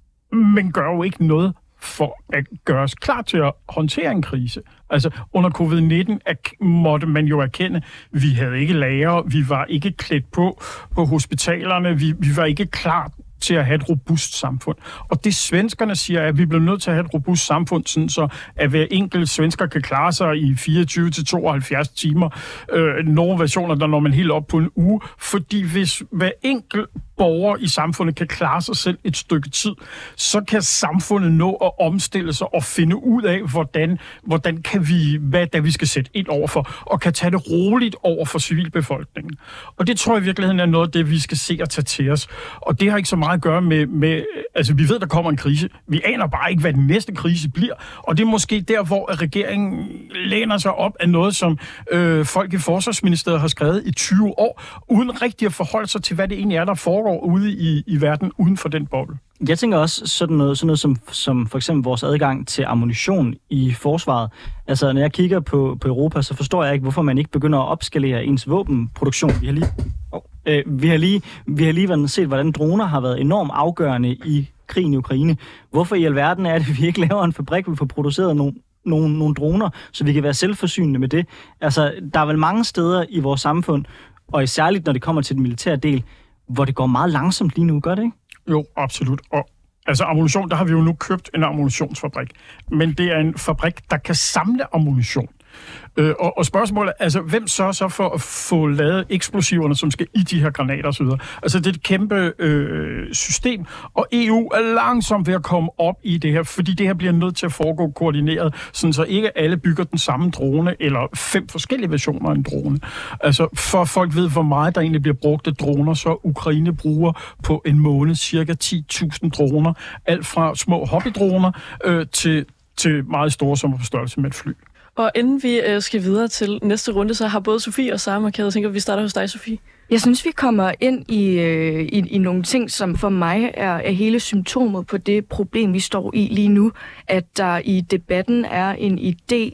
men gør jo ikke noget for at gøre os klar til at håndtere en krise. Altså, under covid nitten måtte man jo erkende, vi havde ikke lager, vi var ikke klædt på på hospitalerne, vi, vi var ikke klar til at have et robust samfund. Og det svenskerne siger, at vi bliver nødt til at have et robust samfund, sådan så at hver enkelt svensker kan klare sig i fireogtyve til tooghalvfjerds timer. Øh, nogle versioner, der når man helt op på en uge. Fordi hvis hver enkelt borger i samfundet kan klare sig selv et stykke tid, så kan samfundet nå at omstille sig og finde ud af, hvordan, hvordan kan vi, hvad der vi skal sætte ind overfor, og kan tage det roligt over for civilbefolkningen. Og det tror jeg i virkeligheden er noget af det, vi skal se og tage til os. Og det har ikke så meget at gøre med, med altså vi ved, der kommer en krise. Vi aner bare ikke, hvad den næste krise bliver. Og det er måske der, hvor regeringen læner sig op af noget, som øh, folk i Forsvarsministeriet har skrevet i tyve år, uden rigtig at forholde sig til, hvad det egentlig er, der foregår ude i, i verden, uden for den boble. Jeg tænker også sådan noget, sådan noget som, som for eksempel vores adgang til ammunition i forsvaret. Altså, når jeg kigger på, på Europa, så forstår jeg ikke, hvorfor man ikke begynder at opskalere ens våbenproduktion. Vi har lige, oh, øh, vi har lige, vi har lige set, hvordan droner har været enormt afgørende i krigen i Ukraine. Hvorfor i alverden er det, at vi ikke laver en fabrik, hvor vi får produceret nogle Nogle, nogle droner, så vi kan være selvforsynende med det. Altså, der er vel mange steder i vores samfund, og særligt når det kommer til den militære del, hvor det går meget langsomt lige nu, gør det ikke? Jo, absolut. Og altså ammunition, der har vi jo nu købt en ammunitionsfabrik. Men det er en fabrik, der kan samle ammunition. Øh, og, og spørgsmålet er, altså, hvem sørger så for at få lavet eksplosiverne, som skal i de her granater osv.? Altså, det er et kæmpe øh, system, og E U er langsomt ved at komme op i det her, fordi det her bliver nødt til at foregå koordineret, sådan så ikke alle bygger den samme drone, eller fem forskellige versioner af en drone. Altså, for folk ved, hvor meget der egentlig bliver brugt af droner, så Ukraine bruger på en måned cirka ti tusind droner, alt fra små hobbydroner øh, til, til meget store, som er på størrelse med et fly. Og inden vi øh, skal videre til næste runde, så har både Sofie og Sara markeret. Jeg tænker, vi starter hos dig, Sofie. Jeg synes, vi kommer ind i, øh, i, i nogle ting, som for mig er, er hele symptomet på det problem, vi står i lige nu. At der i debatten er en idé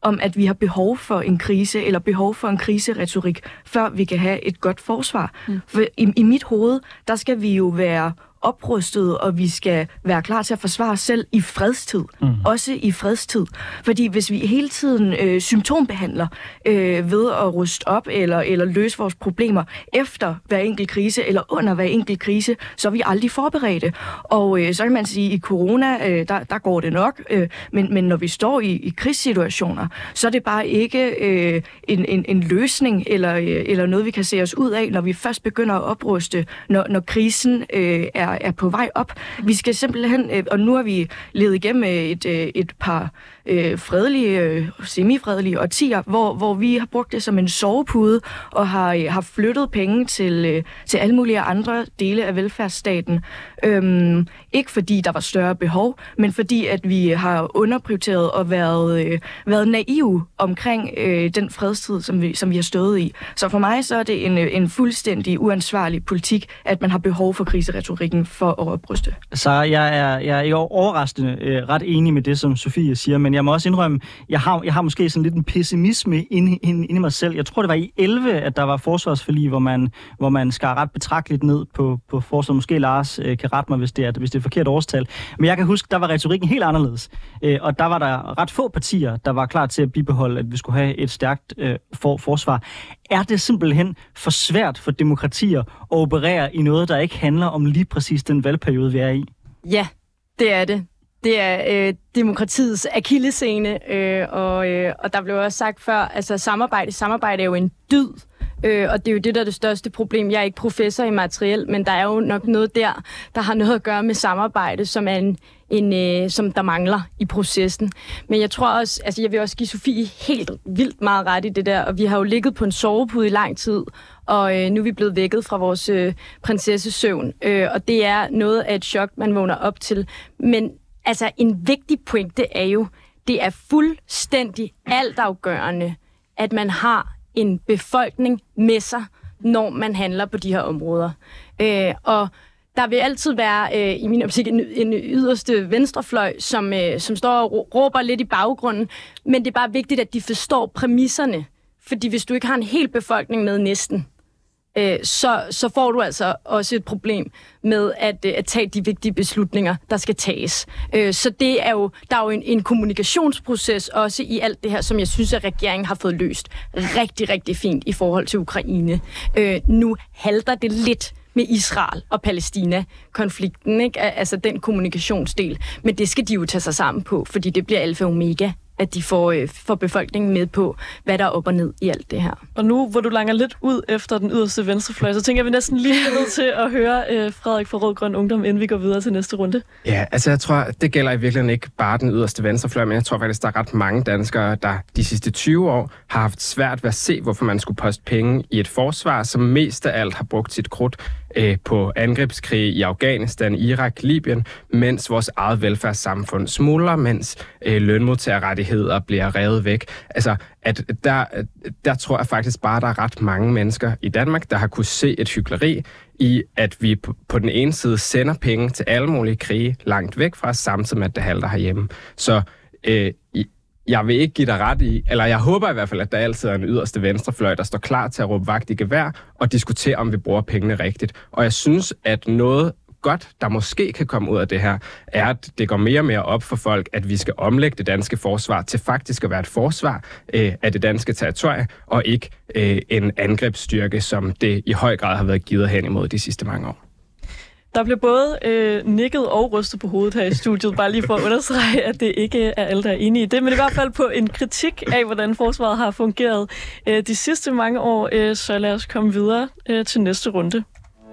om, at vi har behov for en krise, eller behov for en kriseretorik, før vi kan have et godt forsvar. Mm. For i, i mit hoved, der skal vi jo være oprustet, og vi skal være klar til at forsvare os selv i fredstid. Mm. Også i fredstid. Fordi hvis vi hele tiden øh, symptombehandler øh, ved at ruste op eller, eller løse vores problemer efter hver enkelt krise eller under hver enkelt krise, så er vi aldrig forberedte. Og øh, så kan man sige, at i corona, øh, der, der går det nok, øh, men, men når vi står i, i krigssituationer, så er det bare ikke øh, en, en, en løsning eller, øh, eller noget, vi kan se os ud af, når vi først begynder at opruste, når, når krisen øh, er er på vej op. Vi skal simpelthen, og nu har vi levet igennem et, et par øh, fredelige, øh, semifredelige årtier, hvor, hvor vi har brugt det som en sovepude og har, har flyttet penge til, øh, til alle mulige andre dele af velfærdsstaten. Øhm, ikke fordi der var større behov, men fordi at vi har underprioriteret og været, øh, været naive omkring øh, den fredstid, som vi, som vi har stået i. Så for mig så er det en, en fuldstændig uansvarlig politik, at man har behov for kriseretorikken for at opruste. Så jeg er, jeg er ikke overraskende øh, ret enig med det, som Sofie siger, men jeg må også indrømme, jeg har, jeg har måske sådan lidt en pessimisme inde, inde, inde i mig selv. Jeg tror, det var i elleve, at der var forsvarsforlig, hvor man, hvor man skar ret betragteligt ned på, på forsvaret. Måske Lars øh, kan rette mig, hvis det, er, hvis det er et forkert årstal. Men jeg kan huske, der var retorikken helt anderledes. Øh, og der var der ret få partier, der var klar til at bibeholde, at vi skulle have et stærkt øh, for, forsvar. Er det simpelthen for svært for demokratier at operere i noget, der ikke handler om lige præcis den valgperiode, vi er i? Ja, det er det. Det er øh, demokratiets akillescene, øh, og, øh, og der blev også sagt før, altså samarbejde, samarbejde er jo en dyd, øh, og det er jo det, der er det største problem. Jeg er ikke professor i materiel, men der er jo nok noget der, der har noget at gøre med samarbejde, som er en, en øh, som der mangler i processen. Men jeg tror også, altså jeg vil også give Sofie helt vildt meget ret i det der, og vi har jo ligget på en sovepude i lang tid, og øh, nu er vi blevet vækket fra vores øh, prinsessesøvn, øh, og det er noget af et chok, man vågner op til. Men altså, en vigtig pointe er jo, det er fuldstændig altafgørende, at man har en befolkning med sig, når man handler på de her områder. Øh, og der vil altid være, øh, i min optik, en, en yderste venstrefløj, som, øh, som står og råber lidt i baggrunden, men det er bare vigtigt, at de forstår præmisserne. Fordi hvis du ikke har en hel befolkning med næsten, øh, så, så får du altså også et problem med at, at tage de vigtige beslutninger, der skal tages. Øh, så det er jo, der er jo en, en kommunikationsproces også i alt det her, som jeg synes, at regeringen har fået løst rigtig, rigtig fint i forhold til Ukraine. Øh, nu halter det lidt med Israel og Palæstina-konflikten, ikke? Altså den kommunikationsdel. Men det skal de jo tage sig sammen på, fordi det bliver alfa og omega, at de får, øh, får befolkningen med på, hvad der er op og ned i alt det her. Og nu, hvor du langer lidt ud efter den yderste venstrefløj, så tænker jeg, vi næsten lige er nødt til at høre øh, Frederik fra Rød Grøn Ungdom, inden vi går videre til næste runde. Ja, altså jeg tror, det gælder i virkeligheden ikke bare den yderste venstrefløj, men jeg tror faktisk, der er ret mange danskere, der de sidste tyve år har haft svært ved at se, hvorfor man skulle poste penge i et forsvar, som mest af alt har brugt sit krudt øh, på angrebskrig i Afghanistan, Irak, Libyen, mens vores eget velfærdssamfund smuldrer, mens øh, lønmodtagerrettigheder bliver revet væk. Altså, at der, der tror jeg faktisk bare, der er ret mange mennesker i Danmark, der har kunne se et hykleri i, at vi på, på den ene side sender penge til alle mulige krige langt væk fra os, samtidig med, at det halter herhjemme. Så øh, jeg vil ikke give dig ret i, eller jeg håber i hvert fald, at der altid er en yderste venstrefløj, der står klar til at råbe vagt i gevær og diskutere, om vi bruger pengene rigtigt. Og jeg synes, at noget godt, der måske kan komme ud af det her, er, at det går mere og mere op for folk, at vi skal omlægge det danske forsvar til faktisk at være et forsvar øh, af det danske territorie, og ikke øh, en angrebsstyrke, som det i høj grad har været givet hen imod de sidste mange år. Der blev både øh, nikket og rystet på hovedet her i studiet, bare lige for at understrege, at det ikke er alle, der er enige i det, men i hvert fald på en kritik af, hvordan forsvaret har fungeret øh, de sidste mange år, øh, så lad os komme videre øh, til næste runde.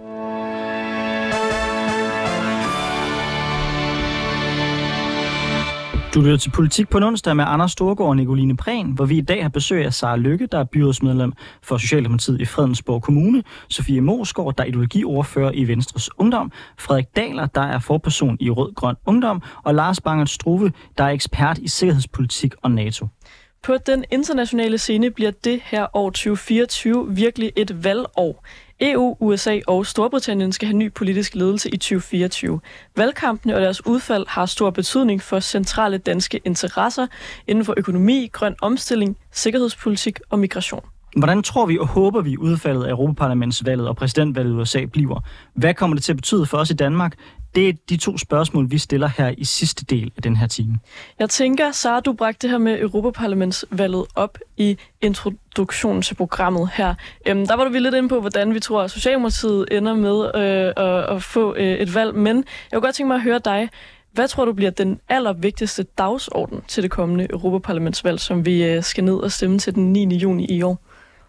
Du lytter til Politik på en onsdag med Anders Storgård og Nicoline Prehn, hvor vi i dag har besøg af Sara Lykke, der er byrådsmedlem for Socialdemokratiet i Fredensborg Kommune, Sofie Moesgaard, der er ideologiordfører i Venstres Ungdom, Frederik Dahler, der er forperson i Rød Grøn Ungdom, og Lars Bangert Struve, der er ekspert i sikkerhedspolitik og NATO. På den internationale scene bliver det her år tyve fireogtyve virkelig et valgår. E U, U S A og Storbritannien skal have ny politisk ledelse i tyve fireogtyve. Valgkampene og deres udfald har stor betydning for centrale danske interesser inden for økonomi, grøn omstilling, sikkerhedspolitik og migration. Hvordan tror vi og håber vi udfaldet af Europaparlamentsvalget og præsidentvalget i U S A bliver? Hvad kommer det til at betyde for os i Danmark? Det er de to spørgsmål, vi stiller her i sidste del af den her time. Jeg tænker, Sara, du bragte det her med Europaparlamentsvalget op i introduktionen til programmet her. Øhm, der var du lidt inde på, hvordan vi tror, at Socialdemokratiet ender med øh, at, at få øh, et valg. Men jeg kunne godt tænke mig at høre dig. Hvad tror du bliver den allervigtigste dagsorden til det kommende Europaparlamentsvalg, som vi øh, skal ned og stemme til den niende juni i år?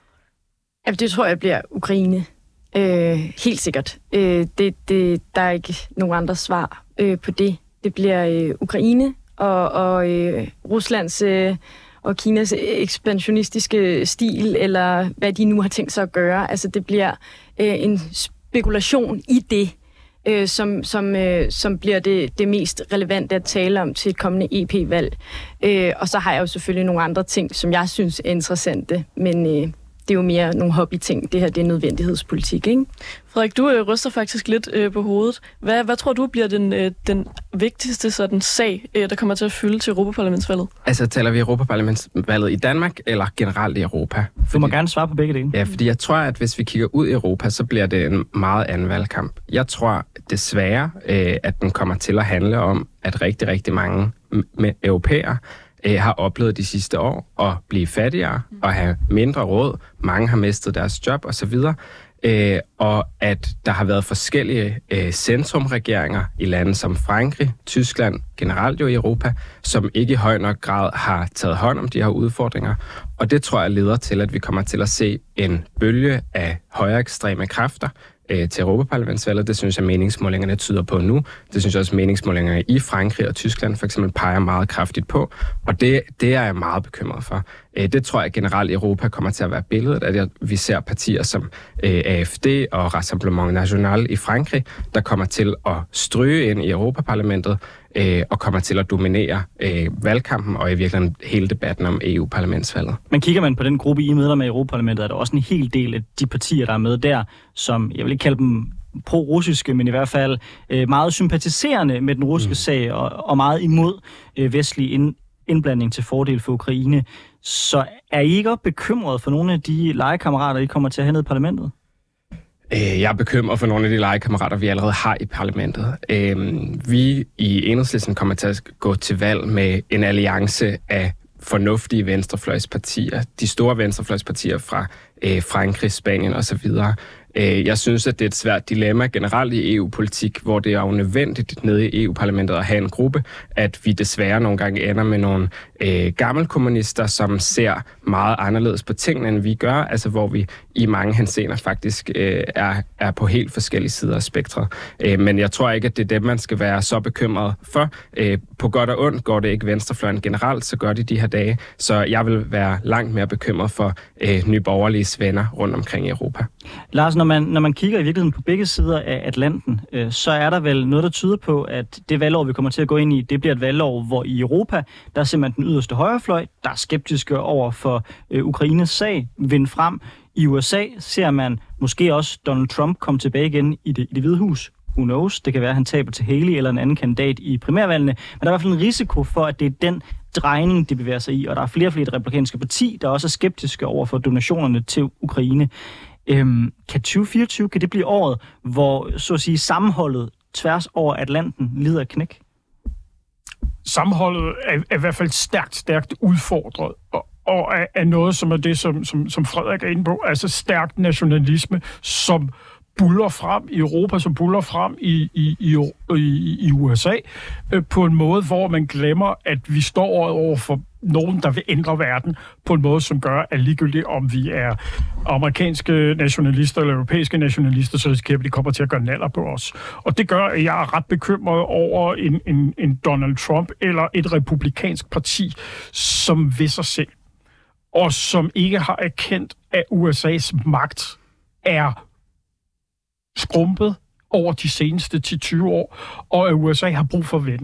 Ja, det tror jeg bliver Ukraine. Øh, helt sikkert. Øh, det, det, der er ikke nogen andre svar øh, på det. Det bliver øh, Ukraine og, og øh, Ruslands øh, og Kinas ekspansionistiske stil, eller hvad de nu har tænkt sig at gøre. Altså, det bliver øh, en spekulation i det, øh, som, som, øh, som bliver det, det mest relevante at tale om til et kommende E P-valg. Øh, og så har jeg jo selvfølgelig nogle andre ting, som jeg synes er interessante, men Øh, det er jo mere nogle hobbyting. Det her, det er nødvendighedspolitik, ikke? Frederik, du øh, ryster faktisk lidt øh, på hovedet. Hvad, hvad tror du bliver den, øh, den vigtigste sådan, sag, øh, der kommer til at fylde til Europaparlamentsvalget? Altså, taler vi Europaparlamentsvalget i Danmark eller generelt i Europa? Fordi, du må gerne svare på begge dele. Ja, fordi jeg tror, at hvis vi kigger ud i Europa, så bliver det en meget anden valgkamp. Jeg tror desværre, øh, at den kommer til at handle om, at rigtig, rigtig mange med europæere har oplevet de sidste år at blive fattigere og have mindre råd. Mange har mistet deres job osv. Øh, og at der har været forskellige øh, centrumregeringer i lande som Frankrig, Tyskland, generelt jo i Europa, som ikke i høj nok grad har taget hånd om de her udfordringer. Og det tror jeg leder til, at vi kommer til at se en bølge af højere ekstreme kræfter øh, til Europaparlamentsvalget. Det synes jeg, meningsmålingerne tyder på nu. Det synes jeg også, meningsmålingerne i Frankrig og Tyskland for eksempel peger meget kraftigt på. Og det, det er jeg meget bekymret for. Øh, det tror jeg generelt i Europa kommer til at være billedet, at vi ser partier som øh, A F D og Rassemblement National i Frankrig, der kommer til at stryge ind i Europaparlamentet øh, og kommer til at dominere øh, valgkampen og i virkeligheden hele debatten om E U-parlamentsvalget. Men kigger man på den gruppe, I er medlem af Europaparlamentet, er der også en hel del af de partier, der er med der, som, jeg vil ikke kalde dem pro-russiske, men i hvert fald øh, meget sympatiserende med den russiske mm. sag og, og meget imod øh, vestlig ind, indblanding til fordel for Ukraine. Så er I ikke også bekymret for nogle af de legekammerater, I kommer til at have ned i parlamentet? Jeg er bekymret for nogle af de legekammerater, vi allerede har i parlamentet. Vi i Enhedslisten kommer til at gå til valg med en alliance af fornuftige venstrefløjspartier. De store venstrefløjspartier fra Frankrig, Spanien osv. Jeg synes, at det er et svært dilemma generelt i E U-politik, hvor det er jo nødvendigt nede i E U-parlamentet at have en gruppe, at vi desværre nogle gange ender med nogle øh, gammelkommunister, som ser meget anderledes på tingene, end vi gør, altså hvor vi i mange henseender faktisk øh, er, er på helt forskellige sider af spektret. Øh, men jeg tror ikke, at det er det, man skal være så bekymret for. Øh, på godt og ondt går det ikke venstrefløjen generelt, så gør det de her dage. Så jeg vil være langt mere bekymret for øh, Nye Borgerliges venner rundt omkring i Europa. Lars, når man, når man kigger i virkeligheden på begge sider af Atlanten, øh, så er der vel noget, der tyder på, at det valgår, vi kommer til at gå ind i, det bliver et valgår, hvor i Europa, der er simpelthen den yderste højrefløj, der er skeptiske over for øh, Ukraines sag, vinde frem. I U S A ser man måske også Donald Trump komme tilbage igen i det, i det Hvide Hus. Who knows? Det kan være, at han taber til Haley eller en anden kandidat i primærvalgene. Men der er i hvert fald en risiko for, at det er den drejning, de bevæger sig i. Og der er flere og flere det republikanske parti, der også er skeptiske over for donationerne til Ukraine. Øhm, kan tyve fireogtyve, kan det blive året, hvor så at sige sammenholdet tværs over Atlanten lider knæk? Sammenholdet er, er i hvert fald stærkt, stærkt udfordret, og, og er, er noget, som er det, som, som, som Frederik er inde på, altså stærkt nationalisme, som buller frem i Europa, som buller frem i, i, i, i, i U S A, øh, på en måde, hvor man glemmer, at vi står over for nogen, der vil ændre verden på en måde, som gør, at ligegyldigt om vi er amerikanske nationalister eller europæiske nationalister, så risikerer vi, at de kommer til at gøre naller på os. Og det gør, at jeg er ret bekymret over en, en, en Donald Trump eller et republikansk parti, som ved sig selv, og som ikke har erkendt, at U S A's magt er skrumpet over de seneste ti til tyve år, og at U S A har brug for venner.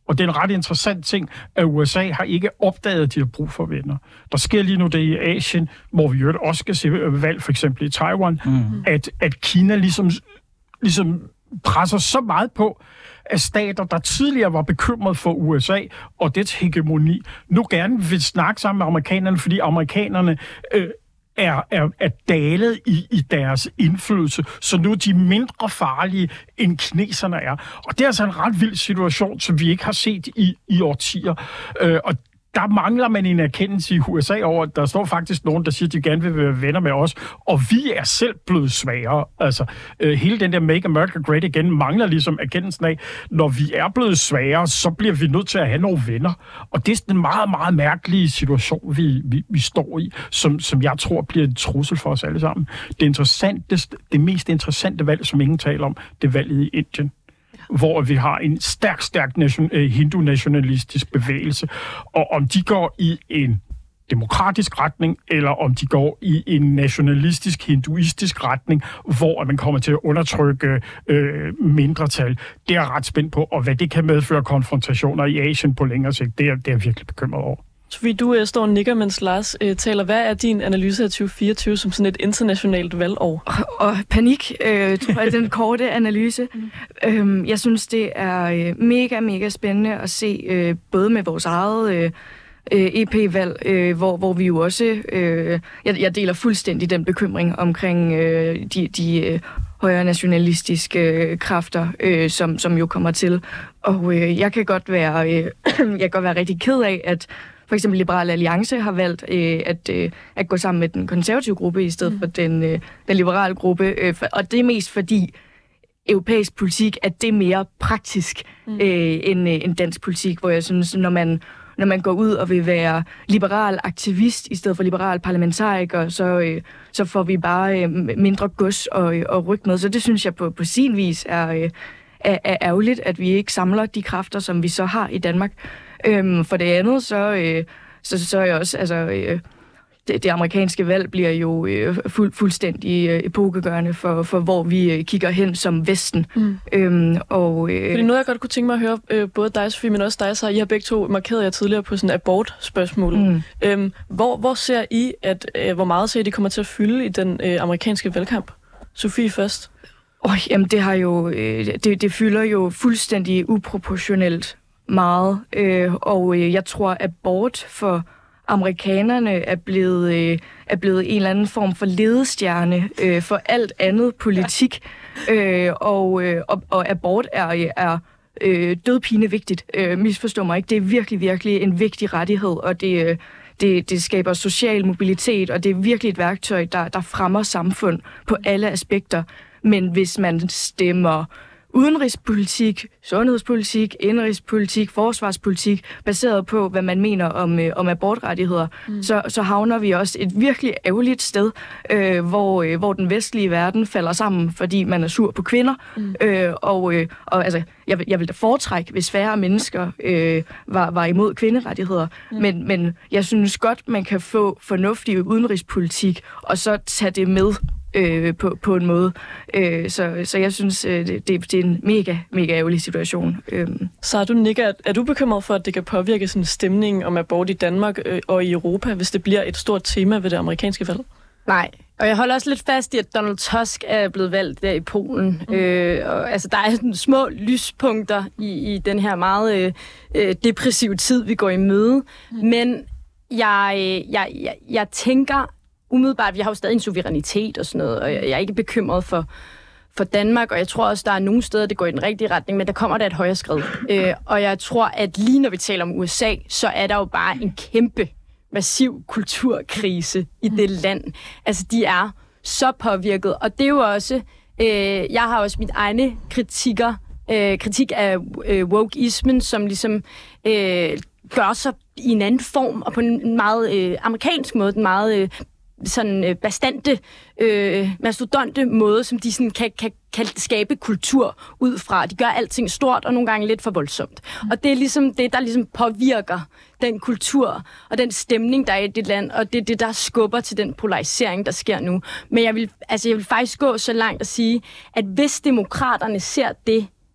Og det er en ret interessant ting, at U S A har ikke opdaget, at de har brug for venner. Der sker lige nu det i Asien, hvor vi jo også skal se valg, for eksempel i Taiwan, mm. at, at Kina ligesom, ligesom presser så meget på, at stater, der tidligere var bekymret for U S A og dets hegemoni, nu gerne vil snakke sammen med amerikanerne, fordi amerikanerne øh, er, er, er dalet i, i deres indflydelse, så nu er de mindre farlige, end kineserne er. Og det er altså en ret vild situation, som vi ikke har set i, i årtier. Øh, og der mangler man en erkendelse i U S A over, der står faktisk nogen, der siger, at de gerne vil være venner med os, og vi er selv blevet svagere. Altså, øh, hele den der Make America Great Again mangler ligesom erkendelsen af, når vi er blevet svagere, så bliver vi nødt til at have nogle venner. Og det er den meget, meget mærkelige situation, vi, vi, vi står i, som, som jeg tror bliver en trussel for os alle sammen. Det, interessante, det mest interessante valg, som ingen taler om, det er valget i Indien, hvor vi har en stærk, stærk nation, eh, hindu-nationalistisk bevægelse. Og om de går i en demokratisk retning, eller om de går i en nationalistisk, hinduistisk retning, hvor man kommer til at undertrykke øh, mindretal, det er jeg ret spændt på. Og hvad det kan medføre konfrontationer i Asien på længere sigt, det er, det er jeg virkelig bekymret over. Sofie, du øh, står og nikker, mens Lars øh, taler. Hvad er din analyse af tyve fireogtyve som sådan et internationalt valgår? Og, og panik, øh, tror jeg, den korte analyse. Mm. Øhm, jeg synes, det er øh, mega, mega spændende at se, øh, både med vores eget øh, E P-valg, øh, hvor, hvor vi jo også... Øh, jeg, jeg deler fuldstændig den bekymring omkring øh, de, de øh, højre nationalistiske øh, kræfter, øh, som, som jo kommer til. Og øh, jeg kan godt være, øh, jeg kan godt være rigtig ked af, at for eksempel Liberal Alliance har valgt øh, at, øh, at gå sammen med den konservative gruppe i stedet mm. for den, øh, den liberale gruppe. Øh, for, og det er mest fordi europæisk politik, at det er mere praktisk mm. øh, end, øh, end dansk politik, hvor jeg synes, når man, når man går ud og vil være liberal aktivist i stedet for liberal parlamentariker, så, øh, så får vi bare øh, mindre gods og, og ryg med. Så det synes jeg på, på sin vis er, øh, er, er ærgerligt, at vi ikke samler de kræfter, som vi så har i Danmark. Øhm, for det andet, så, øh, så, så er jeg også, altså, øh, det, det amerikanske valg bliver jo øh, fuld, fuldstændig øh, epokegørende for, for, hvor vi øh, kigger hen som Vesten. Mm. Øhm, og, øh, Fordi noget, jeg godt kunne tænke mig at høre, øh, både dig, Sofie, men også dig, så I har begge to markeret jer tidligere på sådan abort-spørgsmål. Mm. Øhm, hvor, hvor ser I, at øh, hvor meget ser I, de kommer til at fylde i den øh, amerikanske valgkamp? Sofie først. Oh, jamen, det har jo, øh, det, det fylder jo fuldstændig uproportionelt meget, øh, og øh, jeg tror, at abort for amerikanerne er blevet, øh, er blevet en eller anden form for ledestjerne øh, for alt andet politik, ja. øh, og, øh, og, og abort er, er øh, dødpine vigtigt. Øh, misforstå mig ikke, det er virkelig, virkelig en vigtig rettighed, og det, øh, det, det skaber social mobilitet, og det er virkelig et værktøj, der, der fremmer samfund på alle aspekter. Men hvis man stemmer udenrigspolitik, sundhedspolitik, indrigspolitik, forsvarspolitik, baseret på, hvad man mener om, øh, om abortrettigheder, mm. så, så havner vi også et virkelig ærgerligt sted, øh, hvor, øh, hvor den vestlige verden falder sammen, fordi man er sur på kvinder. Mm. Øh, og øh, og altså, jeg, jeg vil da foretrække, hvis færre mennesker øh, var, var imod kvinderettigheder, mm. men, men jeg synes godt, man kan få fornuftig udenrigspolitik, og så tage det med Øh, på, på en måde. Øh, så, så jeg synes, øh, det, det er en mega, mega ærgerlig situation. Øh. Så er du, Nick, er, er du bekymret for, at det kan påvirke sådan stemningen om abort i Danmark øh, og i Europa, hvis det bliver et stort tema ved det amerikanske valg? Nej, og jeg holder også lidt fast i, at Donald Tusk er blevet valgt der i Polen. Mm. Øh, og, altså, der er sådan små lyspunkter i, i den her meget øh, depressive tid, vi går i møde. Mm. Men jeg, jeg, jeg, jeg tænker umiddelbart, vi har jo stadig en suverænitet og sådan noget, og jeg er ikke bekymret for, for Danmark, og jeg tror også, der er nogle steder, det går i den rigtige retning, men der kommer der et højere skridt. Øh, og jeg tror, at lige når vi taler om U S A, så er der jo bare en kæmpe, massiv kulturkrise i det land. Altså, de er så påvirket, og det er jo også, øh, jeg har også mit egne kritikker, øh, kritik af øh, wokeismen, som ligesom øh, gør sig i en anden form, og på en meget øh, amerikansk måde, en meget øh, sådan øh, bastante, øh, mastodonte måde, som de sådan kan, kan, kan skabe kultur ud fra. De gør alting stort og nogle gange lidt for voldsomt. Mm. Og det er ligesom det, der ligesom påvirker den kultur og den stemning, der er i det land, og det er det, der skubber til den polarisering, der sker nu. Men jeg vil, altså, jeg vil faktisk gå så langt at sige, at hvis demokraterne ser det,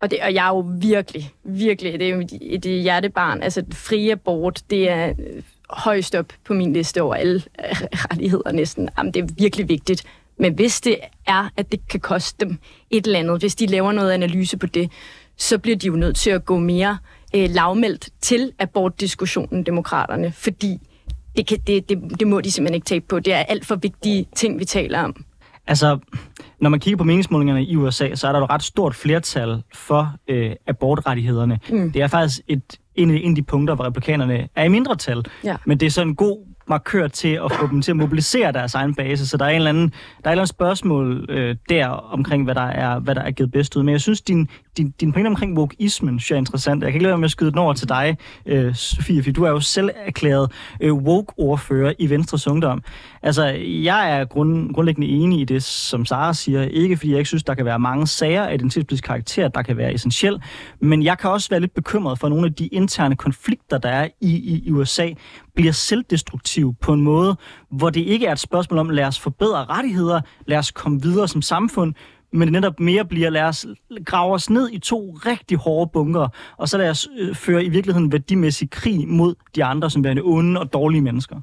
Og, det, og jeg er jo virkelig, virkelig, det er jo et, et hjertebarn. Altså, fri abort, det er højst op på min liste over alle rettigheder næsten. Jamen, det er virkelig vigtigt. Men hvis det er, at det kan koste dem et eller andet, hvis de laver noget analyse på det, så bliver de jo nødt til at gå mere øh, lavmældt til abortdiskussionen, demokraterne, fordi det, kan, det, det, det må de simpelthen ikke tabe på. Det er alt for vigtige ting, vi taler om. Altså, når man kigger på meningsmålingerne i U S A, så er der jo ret stort flertal for øh, abortrettighederne. Mm. Det er faktisk et, en, af, en af de punkter, hvor republikanerne er i mindretal. Ja. Men det er sådan en god markør til at få dem til at mobilisere deres egen base, så der er en eller anden, der er et eller andet spørgsmål øh, der omkring, hvad der er, hvad der er givet bedst ud. Men jeg synes, din, din, din pointe omkring wokeismen synes jeg er interessant. Jeg kan ikke lade være med at skyde den over til dig, øh, Sofie, for du er jo selv erklæret øh, woke-ordfører i Venstres Ungdom. Altså, jeg er grund, grundlæggende enig i det, som Sara siger. Ikke fordi jeg ikke synes, der kan være mange sager af identitetspolitisk karakter, der kan være essentiel, men jeg kan også være lidt bekymret for nogle af de interne konflikter, der er i, i, i U S A, bliver selvdestruktiv på en måde, hvor det ikke er et spørgsmål om, lad os forbedre rettigheder, lad os komme videre som samfund, men det netop mere bliver, lad os grave os ned i to rigtig hårde bunker, og så lad os øh, føre i virkeligheden værdimæssig krig mod de andre, som værende onde og dårlige mennesker.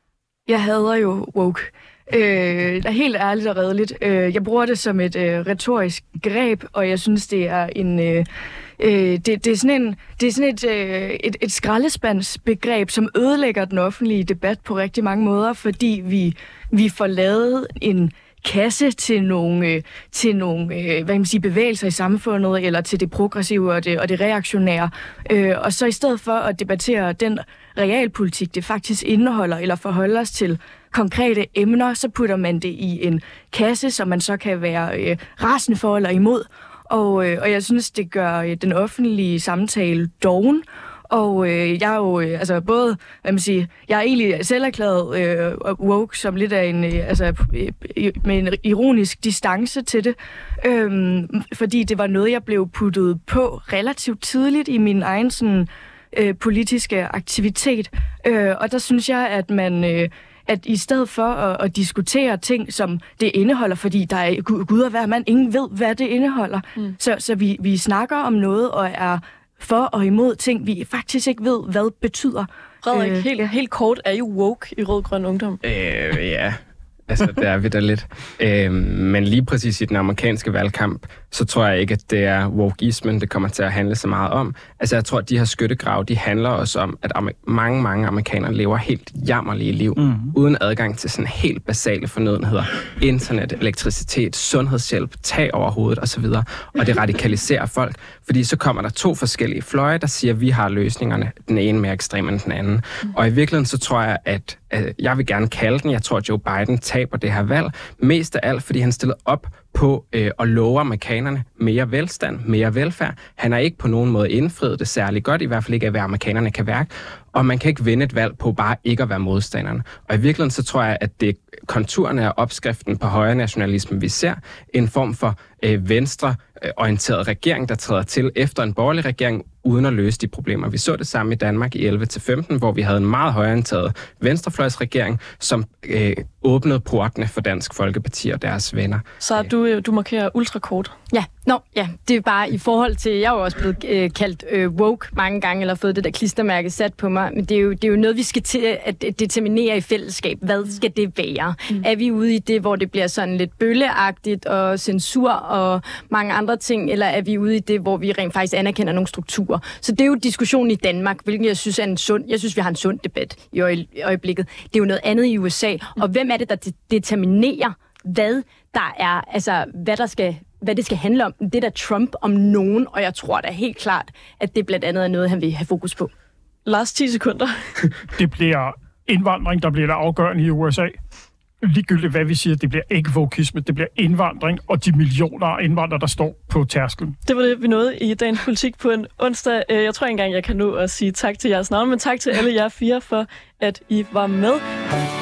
Jeg hader jo woke. Øh, det er helt ærligt og redeligt. Øh, jeg bruger det som et øh, retorisk greb, og jeg synes, det er en... Øh, øh, det, det er sådan, en, det er sådan et, øh, et, et skraldespandsbegreb, som ødelægger den offentlige debat på rigtig mange måder, fordi vi, vi får lavet en kasse til nogle, øh, til nogle øh, hvad kan man sige, bevægelser i samfundet, eller til det progressive og det, og det reaktionære. Øh, og så i stedet for at debattere den realpolitik, det faktisk indeholder, eller forholder os til konkrete emner, så putter man det i en kasse, som man så kan være øh, rasende for eller imod. Og, øh, og jeg synes, det gør øh, den offentlige samtale doven. Og øh, jeg er jo øh, altså både, hvad man siger, jeg er egentlig selv erklæret øh, woke som lidt af en, øh, altså øh, med en ironisk distance til det, øh, fordi det var noget, jeg blev puttet på relativt tidligt i min egen sådan øh, politiske aktivitet. Øh, og der synes jeg, at man øh, at i stedet for at, at diskutere ting, som det indeholder, fordi der er gud og hver mand, ingen ved, hvad det indeholder, mm. så, så vi, vi snakker om noget og er for og imod ting, vi faktisk ikke ved, hvad betyder. Frederik, øh, helt, helt kort, er I woke i Rød Grøn Ungdom? Øh, ja, altså der er vi da lidt. Øh, men lige præcis i den amerikanske valgkamp, så tror jeg ikke, at det er wokeismen, det kommer til at handle så meget om. Altså jeg tror, at de her skyttegrave, de handler også om, at mange, mange amerikanere lever helt jammerlige liv, mm. uden adgang til sådan helt basale fornødenheder. Internet, elektricitet, sundhedshjælp, tag over hovedet osv. Og det radikaliserer folk, fordi så kommer der to forskellige fløje, der siger, at vi har løsningerne, den ene mere ekstrem end den anden. Mm. Og i virkeligheden så tror jeg, at, at jeg vil gerne kalde den, jeg tror, at Joe Biden taber det her valg, mest af alt, fordi han stillede op på øh, at love amerikanerne mere velstand, mere velfærd. Han har ikke på nogen måde indfriet det særlig godt, i hvert fald ikke af, hvad amerikanerne kan værke. Og man kan ikke vinde et valg på bare ikke at være modstanderne. Og i virkeligheden så tror jeg, at det er konturerne af opskriften på højre nationalisme, vi ser. En form for øh, venstreorienteret regering, der træder til efter en borgerlig regering, uden at løse de problemer. Vi så det samme i Danmark i elleve til femten, hvor vi havde en meget højreorienteret venstrefløjsregering, som øh, åbnede portene for Dansk Folkeparti og deres venner. Så du, du markerer ultrakort. Ja, no, ja, det er bare i forhold til, jeg er jo også blevet øh, kaldt øh, woke mange gange, eller fået det der klistermærke sat på mig, men det er jo, det er jo noget, vi skal til at determinere i fællesskab. Hvad skal det være? Mm. Er vi ude i det, hvor det bliver sådan lidt bølleagtigt og censur og mange andre ting, eller er vi ude i det, hvor vi rent faktisk anerkender nogle strukturer? Så det er jo diskussionen i Danmark, hvilken jeg synes er en sund, jeg synes, vi har en sund debat i øjeblikket. Det er jo noget andet i U S A, og hvem er det, der determinerer, hvad der er, altså hvad der skal hvad det skal handle om. Det er da Trump om nogen, og jeg tror da helt klart, at det blandt andet er noget, han vil have fokus på. Lars, ti sekunder. Det bliver indvandring, der bliver der afgørende i U S A. Ligegyldigt hvad vi siger, det bliver ikke wokisme, det bliver indvandring og de millioner af indvandrere, der står på tærsklen. Det var det, vi nåede i dagens politik på en onsdag. Jeg tror ikke engang, jeg kan nå at sige tak til jeres navn, men tak til alle jer fire for, at I var med.